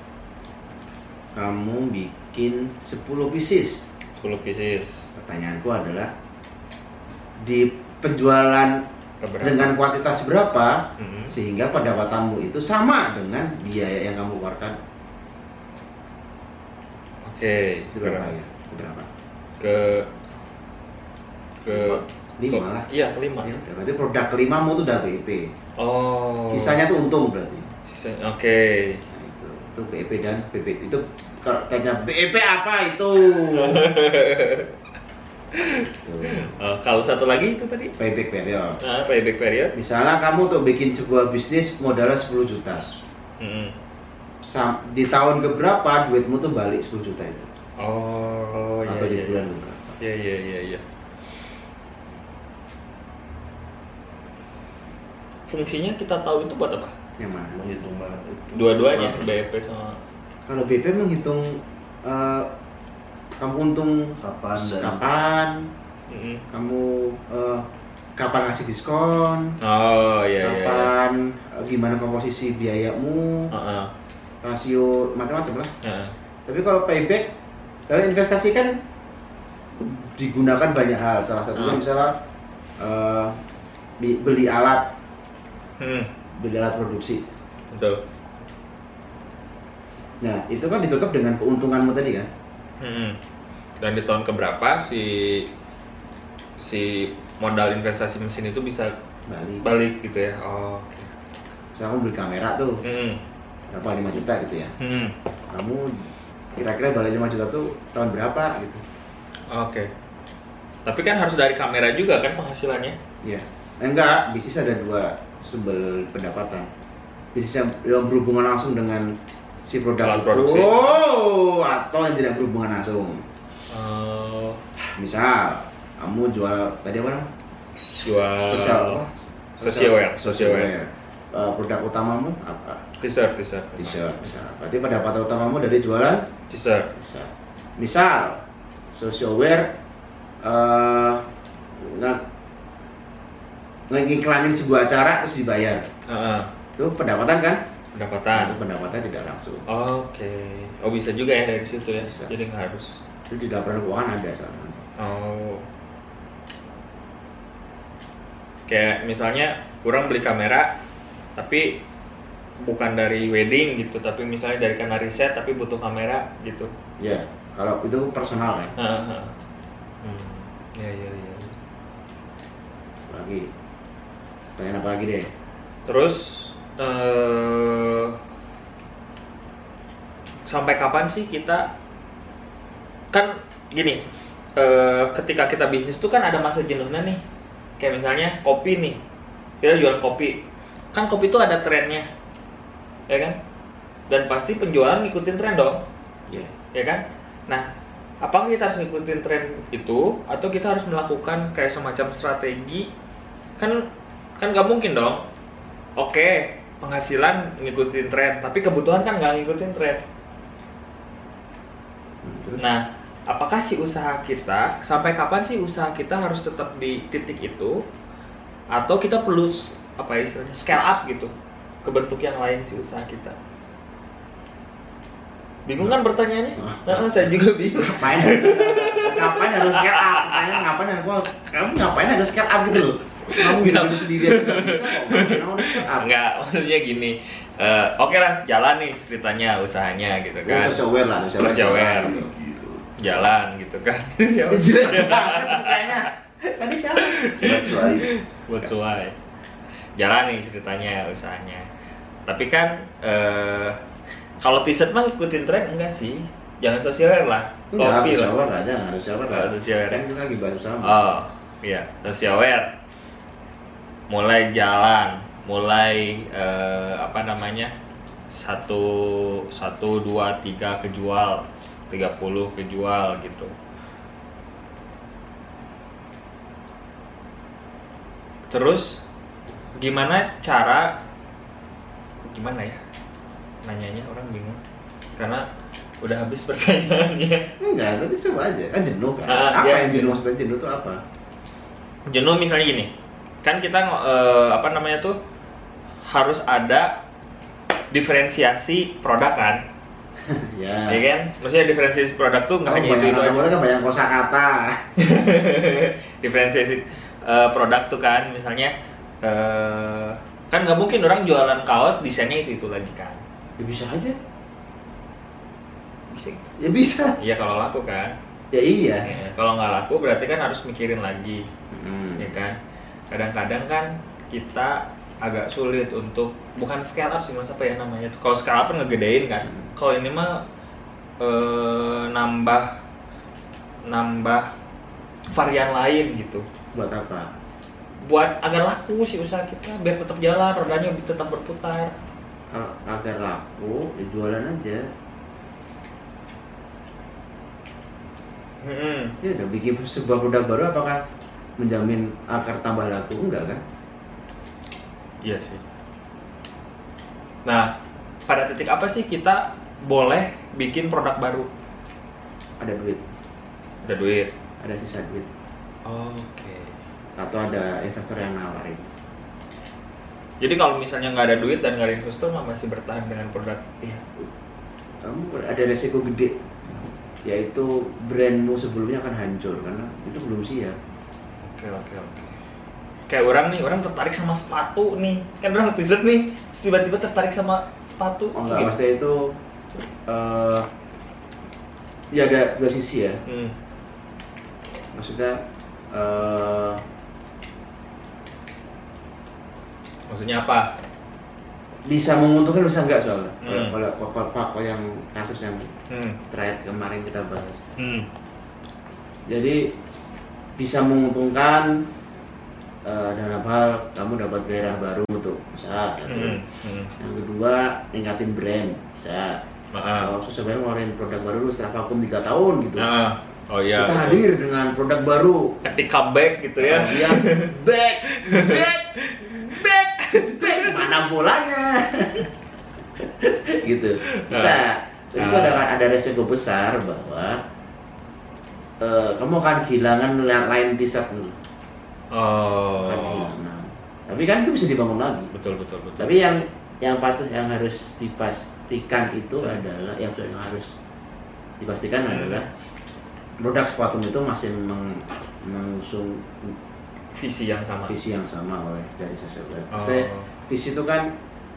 Kamu bikin 10 pieces. 10 pieces. Pertanyaanku adalah di penjualan dengan kuantitas berapa sehingga pendapatanmu itu sama dengan biaya yang kamu keluarkan. Oke. Berapa ya? Berapa? Ke 5 lah. Iya, kelima. Ya, berarti produk kelimamu itu udah BEP. Oh. Sisanya tuh untung berarti. Sisanya, oke. Nah, itu BEP dan BEP. Itu kalau tanya BEP apa itu? Kalau satu lagi itu tadi Payback period. Payback period. Misalnya kamu untuk bikin sebuah bisnis modalnya 10 juta. Di tahun keberapa duitmu tuh balik 10 juta itu? Oh, atau iya, di bulan keberapa? Iya. Fungsinya kita tahu itu buat apa? Yang mana? Menghitung banget. Dua-duanya, BEP sama. Kalau BP menghitung kamu untung kapan, kamu kapan ngasih diskon, kapan gimana komposisi biayamu, rasio macam-macam lah. Tapi kalau payback, kalau investasi kan digunakan banyak hal. Salah satunya misalnya beli alat produksi. Betul. Nah, itu kan ditutup dengan keuntunganmu tadi kan? Dan di tahun keberapa si modal investasi mesin itu bisa balik gitu ya? Oh, okay. Misalnya kamu beli kamera tuh, berapa 5 juta gitu ya? Kamu kira-kira balik 5 juta tuh tahun berapa gitu? Oke. Tapi kan harus dari kamera juga kan penghasilannya? Iya. Enggak, bisnis ada 2 sumber pendapatan. Bisnis yang berhubungan langsung dengan si produk produksi. Atau yang tidak berhubungan langsung. Misal kamu jual tadi apa? Social. Produk utamamu apa? T-shirt. Misal. Berarti pendapatan utamamu dari jualan T-shirt. Misal social wear ngiklanin sebuah acara terus dibayar. Itu pendapatan kan? Itu pendapatannya tidak langsung. Oke. Oh, bisa juga ya dari situ ya. Bisa. Jadi nggak harus. Itu di laporan keuangan ada soalnya. Oh. Kayak misalnya kurang beli kamera, tapi bukan dari wedding gitu, tapi misalnya dari karena riset tapi butuh kamera gitu. Ya, kalau itu personal ya. Iya. Lagi. Tanya apa lagi deh? Terus sampai kapan sih kita kan gini, ketika kita bisnis tuh kan ada masa jenuhnya nih. Kayak misalnya kopi nih, kita jual kopi, kan kopi itu ada trennya, ya kan? Dan pasti penjualan ngikutin tren dong, ya kan? Nah, apa kita harus ngikutin tren itu, atau kita harus melakukan kayak semacam strategi? Kan nggak mungkin dong. Oke, penghasilan ngikutin tren, tapi kebutuhan kan nggak ngikutin tren. Nah, apakah si usaha kita, sampai kapan sih usaha kita harus tetap di titik itu, atau kita perlu apa istilahnya scale up gitu ke bentuk yang lain si usaha kita? Bingung kan pertanyaannya? Saya juga bingung. Ngapain harus scale up? Kamu ngapain harus scale up gitu loh? Kamu bilang sendiri aja nggak bisa kok. Enggak, maksudnya gini. Oke lah, jalan nih ceritanya usahanya gitu kan. Social wear. Jalan gitu kan. Kayaknya tadi siapa? Buat suai. Jalan nih ceritanya usahanya. Tapi kan kalau t-shirt mah ngikutin tren enggak sih? Jangan social wear lah. Kopi lah. Harus social wear. Kan kita lagi bahas sama. Oh, iya, social wear. Mulai jalan, mulai 1, 2, 3 kejual, 30 kejual gitu. Terus gimana cara gimana ya nanyanya, orang bingung karena udah habis pertanyaannya. Enggak, tapi coba aja. Kan jenuh kan? Apa ya, yang jenuh? Maksudnya jenuh tuh apa? Jenuh misalnya gini, kan kita apa namanya tuh harus ada diferensiasi produk kan? Ya. Iya kan? Maksudnya diferensiasi produk tuh nggak hanya itu aja. Kamu kan banyak kosakata. Diferensiasi produk tuh kan, misalnya kan nggak mungkin orang jualan kaos desainnya itu lagi kan? Ya bisa aja. Bisa. Ya bisa. Iya kalau laku kan. Ya iya. Ya, kalau nggak laku berarti kan harus mikirin lagi, ya kan. Kadang-kadang kan kita agak sulit untuk bukan scale up sih mas, apa ya namanya tuh. Kalau scale up kan ngegedein kan. Kalau ini mah nambah varian lain gitu. Buat apa? Buat agar laku sih usaha kita, biar tetap jalan, rodanya tetap berputar. Kalau agar laku, ya jualan aja. Ya udah bikin sebuah produk baru, apakah menjamin agar tambah laku? Enggak kan? Iya sih. Nah, pada titik apa sih kita boleh bikin produk baru? Ada duit. Ada duit. Ada sisa duit. Oke. Atau ada investor yang nawarin. Jadi kalau misalnya nggak ada duit dan nggak ada investor, masih bertahan dengan produk. Iya. Kamu ada resiko gede, yaitu brandmu sebelumnya akan hancur karena itu belum siap. Oke. Kayak orang tertarik sama sepatu nih, kan orang t-shirt nih, tiba-tiba tertarik sama sepatu. Oh enggak, maksudnya itu ya ada dua sisi ya. Maksudnya maksudnya apa? Bisa menguntungkan bisa enggak soalnya. Kalau yang kasus yang terakhir kemarin kita bahas. Jadi bisa menguntungkan dalam hal kamu dapat gairah baru untuk usaha. Yang kedua, ningkatin brand bisa. Kalau sebenarnya ngeluarin produk baru setelah vakum 3 tahun gitu. Oh iya. Kita hadir dengan produk baru. Ketika back gitu ya. Iya, back. Mana bolanya? Gitu. Bisa. Jadi itu ada resiko besar bahwa kamu akan kehilangan line t-shirt nih. Akan kehilangan. Tapi kan itu bisa dibangun lagi. Betul. Tapi yang harus dipastikan itu adalah yang harus dipastikan adalah produk sepatu itu masih mengusung visi yang sama oleh dari Saseweb. Maksudnya visi itu kan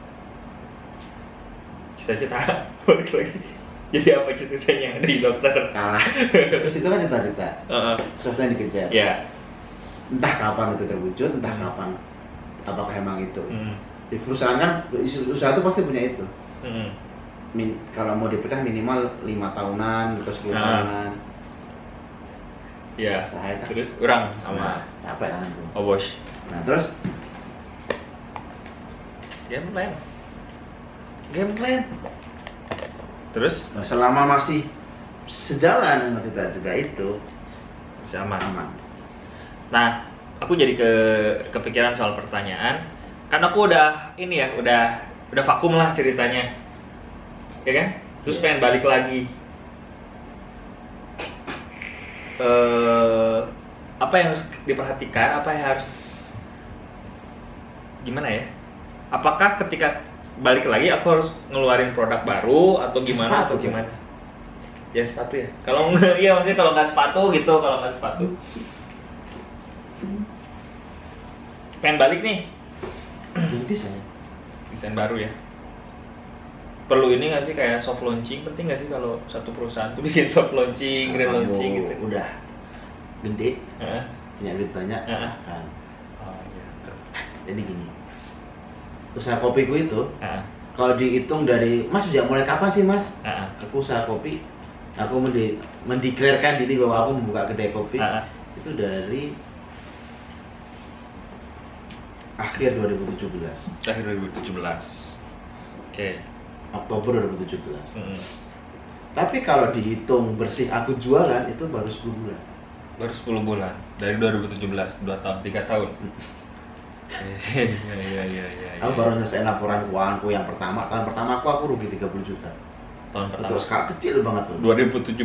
cita-cita balik lagi. Jadi apa cita-citanya dari dokter? Kalah. Visi itu kan cita-cita. Sesuatu yang dikejar. Ya. Entah kapan itu terwujud, entah kapan apakah emang itu. Di perusahaan kan usaha itu pasti punya itu. Kalau mau dipecah minimal 5 tahunan atau 10 tahunan. Ya. Terus orang sama capek kan tuh. Oh bos. Nah terus game plan. Terus selama masih sejalan dengan cita-cita itu bisa aman. Nah, aku jadi kepikiran soal pertanyaan. Kan aku udah udah vakum lah ceritanya. Ya kan? Terus pengen balik lagi. Apa yang harus diperhatikan? Apa yang harus gimana ya? Apakah ketika balik lagi aku harus ngeluarin produk baru atau gimana sepatu, atau gimana? Ya sepatu ya. Kalau iya maksudnya kalau nggak sepatu gitu, kalau nggak sepatu. Pengen balik nih. Desain baru ya. Perlu ini nggak sih kayak soft launching? Penting nggak sih kalau satu perusahaan tuh bikin soft launching, grand launching gitu? Udah gede, punya duit banyak, silahkan. Oh iya. Jadi gini, usaha kopiku itu, kalau dihitung dari, Mas sejak mulai kapan sih Mas? Aku usaha kopi, aku mendeklarasikan diri bahwa aku membuka kedai kopi, itu dari akhir 2017. Akhir 2017. Oke. Oktober 2017. Tapi kalau dihitung bersih aku jualan itu baru 10 bulan. Baru 10 bulan dari 2017, 2 tahun, 3 tahun. Iya. Aku baru nyelesain laporan keuanganku yang pertama. Tahun pertama aku rugi 30 juta. Tahun pertama. Untuk skala kecil banget tuh. 2017.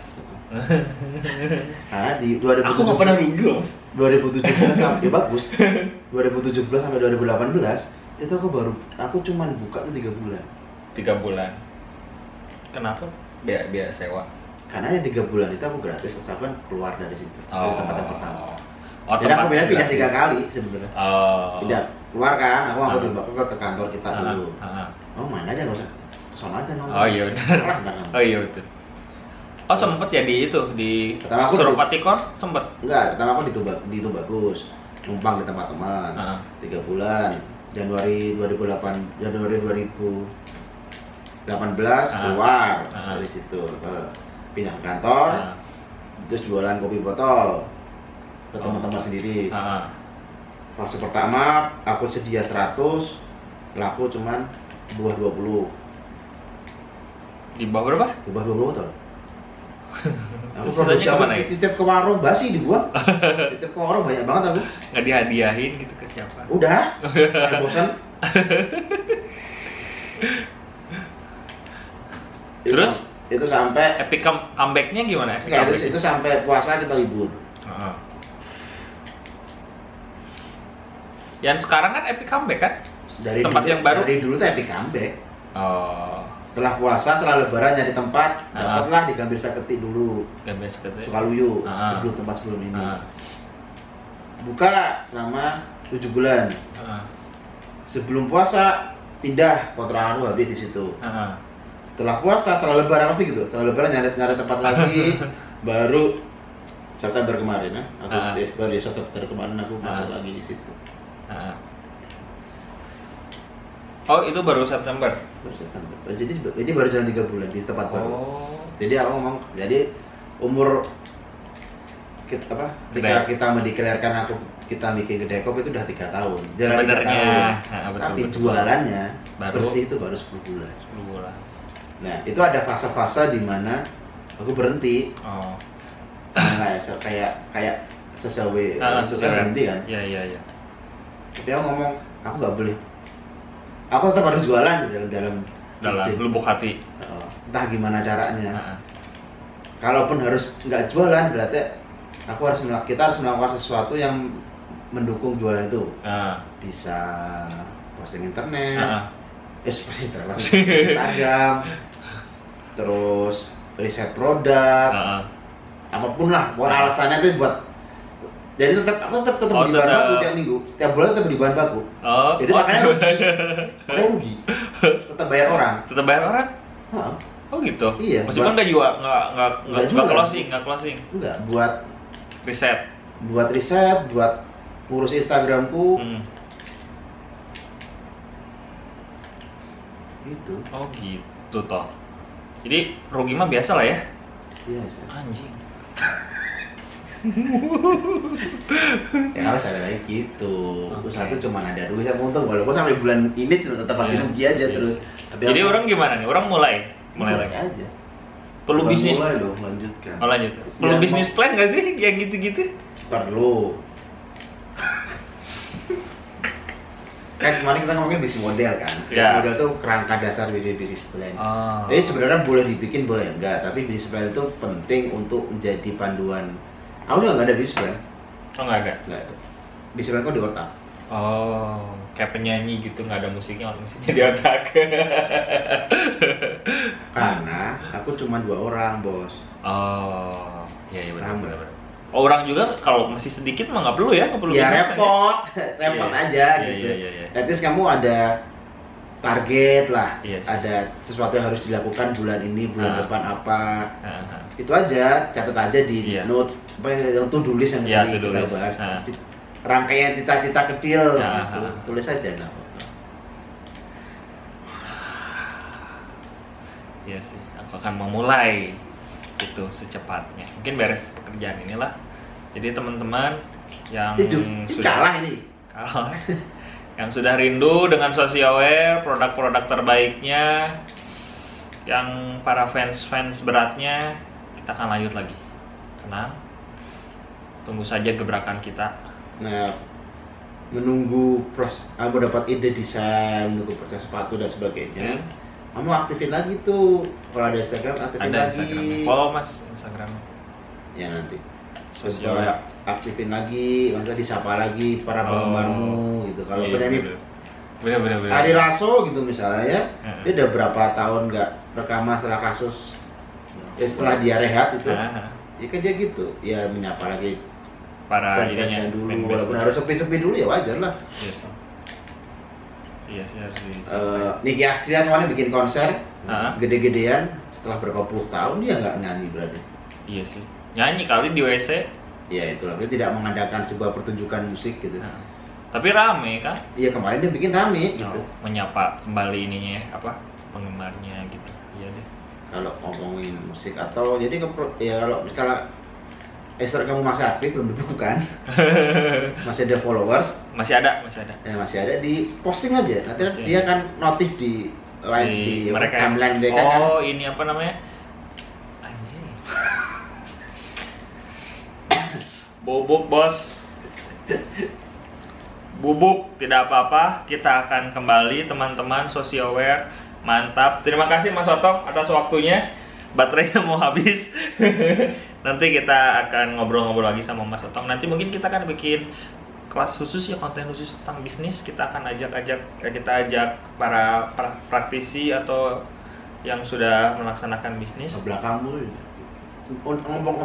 Karena di 2017 Aku nggak pernah rugi loh. 2017 sampai bagus. 2017 sampai 2018 itu aku cuman buka tuh 3 bulan. 3 bulan. Kenapa? Biaya sewa. Karena yang 3 bulan itu aku gratis, terus aku kan keluar dari situ, dari tempat yang pertama. Jadi tempat aku pindah gratis. 3 kali sebenarnya. Pindah keluar kan, aku ngangkut ke kantor kita dulu. Oh main aja nggak usah, kesana aja nongkrong. Oh iya benar. Oh iya betul. Oh sempet jadi itu di Pertama aku Suropatikor sempet. Enggak, pertama aku di Tubagus, numpang di tempat teman. 3 bulan. Januari 2018 keluar dari situ pindah ke kantor, terus jualan kopi botol ke teman-teman sendiri. Fase pertama aku sedia 100, laku cuman buah 20. Di bawah berapa? Buah 20 botol. Aku Sisanya kemana ya? Titip ke warung basi dibuang. Titip ke warung banyak banget aku. Nggak dihadiahin gitu ke siapa? Udah, bosan. Terus? Itu sampai Epic comeback-nya gimana? Epic enggak, comeback? itu sampai puasa kita libur. Yang sekarang kan epic comeback kan? Dari Tempat dulu, yang baru? Dari dulu tuh epic comeback. Oh, Setelah puasa, setelah lebaran nyari tempat, dapatlah di Gambir Saketi dulu. Gambir Saketi. Sukaluyu, sebelum ini. Buka selama 7 bulan. Sebelum puasa pindah, kontrakan lu habis di situ. Setelah puasa, setelah lebaran pasti gitu. Setelah lebaran nyari tempat lagi, baru September kemarin ya. Baru di September kemarin aku masuk lagi di situ. Oh itu baru September. Baru September. Jadi ini baru jalan 3 bulan di tempat baru. Jadi aku ngomong, jadi umur ketika kita mendeklarkan kita bikin kedai kopi itu udah 3 tahun. Jalan 3 tahun. Tapi jualannya bersih itu baru 10 bulan. 10 bulan. Nah itu ada fase-fase di mana aku berhenti. Kayak sesuai berhenti kan. Iya. Tapi aku ngomong, aku nggak boleh. Aku tetap harus jualan dalam lubuk hati. Entah gimana caranya. Kalaupun harus nggak jualan, berarti kita harus melakukan sesuatu yang mendukung jualan itu. Bisa posting internet, posting Instagram, terus riset produk, apapun lah. Pokoknya alasannya itu buat. Jadi aku tetap beli bahan baku tiap minggu, tiap bulan tetap beli bahan baku. Jadi makanya rugi. Tetap bayar orang. Oh gitu. Iya. Meskipun nggak jual, nggak closing. Enggak, buat riset, buat ngurus Instagramku. Gitu. Oh gitu toh. Jadi rugi mah biasa lah ya. Biasa. Anjing. Ya harus ada lagi gitu. Usaha itu cuma ada rugi sama untung. Walaupun sampai bulan ini tetap masih rugi aja terus. Jadi orang gimana nih? Orang mulai lagi aja. Perlu bisnis. Mulai dong, lanjutkan. Lanjut. Perlu bisnis plan nggak sih yang gitu-gitu? Perlu. Kan kemarin kita ngomongin bisnis model kan. Bisnis model tuh kerangka dasar bisnis plan. Jadi sebenarnya boleh dibikin boleh enggak, tapi bisnis plan itu penting untuk menjadi panduan. Aku juga nggak ada bisnis plan. Oh nggak ada? Nggak ada. Bisnis plan kok di otak. Oh, kayak penyanyi gitu, nggak ada musiknya di otak. Karena aku cuma 2 orang, bos. Oh, iya benar. Oh, orang juga kalau masih sedikit mah nggak perlu ya, nggak perlu. Ya repot aja gitu. At least kamu ada target lah, ada sesuatu yang harus dilakukan bulan ini, bulan depan apa. Itu aja, catat aja di notes, yang to-do list yang tadi kita bahas. Rangkaian cita-cita kecil, tulis aja. Iya sih, aku akan memulai itu secepatnya. Mungkin beres pekerjaan inilah. Jadi teman-teman yang kalah yang sudah rindu dengan Sociaware, produk-produk terbaiknya, yang para fans beratnya, kita akan lanjut lagi. Tenang, tunggu saja gebrakan kita. Nah, menunggu kamu dapat ide desain, menunggu proses sepatu dan sebagainya, kamu aktifin lagi tuh. Kalau ada Instagram, aktifin ada lagi. Instagram. Follow Mas Instagram. Ya nanti. Sosial. Coba aktifin lagi, maksudnya disapa lagi para penggemarmu gitu. Kalau penyanyi bener. Ari Lasso gitu misalnya ya, dia udah berapa tahun nggak rekaman setelah kasus, setelah dia rehat itu, ya kan dia gitu, ya menyapa lagi para fanbase-nya dulu, walaupun harus sepi-sepi dulu ya wajar lah. Iya sih harus Nicky Astria kemarin bikin konser gede-gedean setelah berapa puluh tahun dia nggak nyanyi berarti. Iya sih, nyanyi kali di WC. Ya itulah, dia tidak mengadakan sebuah pertunjukan musik gitu. Tapi rame kan? Iya kemarin dia bikin rame gitu. Menyapa kembali ininya apa penggemarnya gitu. Iya deh. Kalau ngomongin musik atau jadi ya kalau misalnya Instagram kamu masih aktif belum dibukukan, masih ada followers, masih ada. Ya masih ada, di posting aja. Nanti dia kan notif di mereka timeline mereka kan. Oh ini apa namanya? Anjing. Bubuk bos. Bubuk, tidak apa-apa, kita akan kembali teman-teman Socioware. Mantap, terima kasih Mas Otong atas waktunya. Baterainya mau habis. Nanti kita akan ngobrol-ngobrol lagi sama Mas Otong. Nanti mungkin kita akan bikin kelas khusus ya, konten khusus tentang bisnis. Kita akan ajak para praktisi atau yang sudah melaksanakan bisnis. Belakang dulu. Ngomong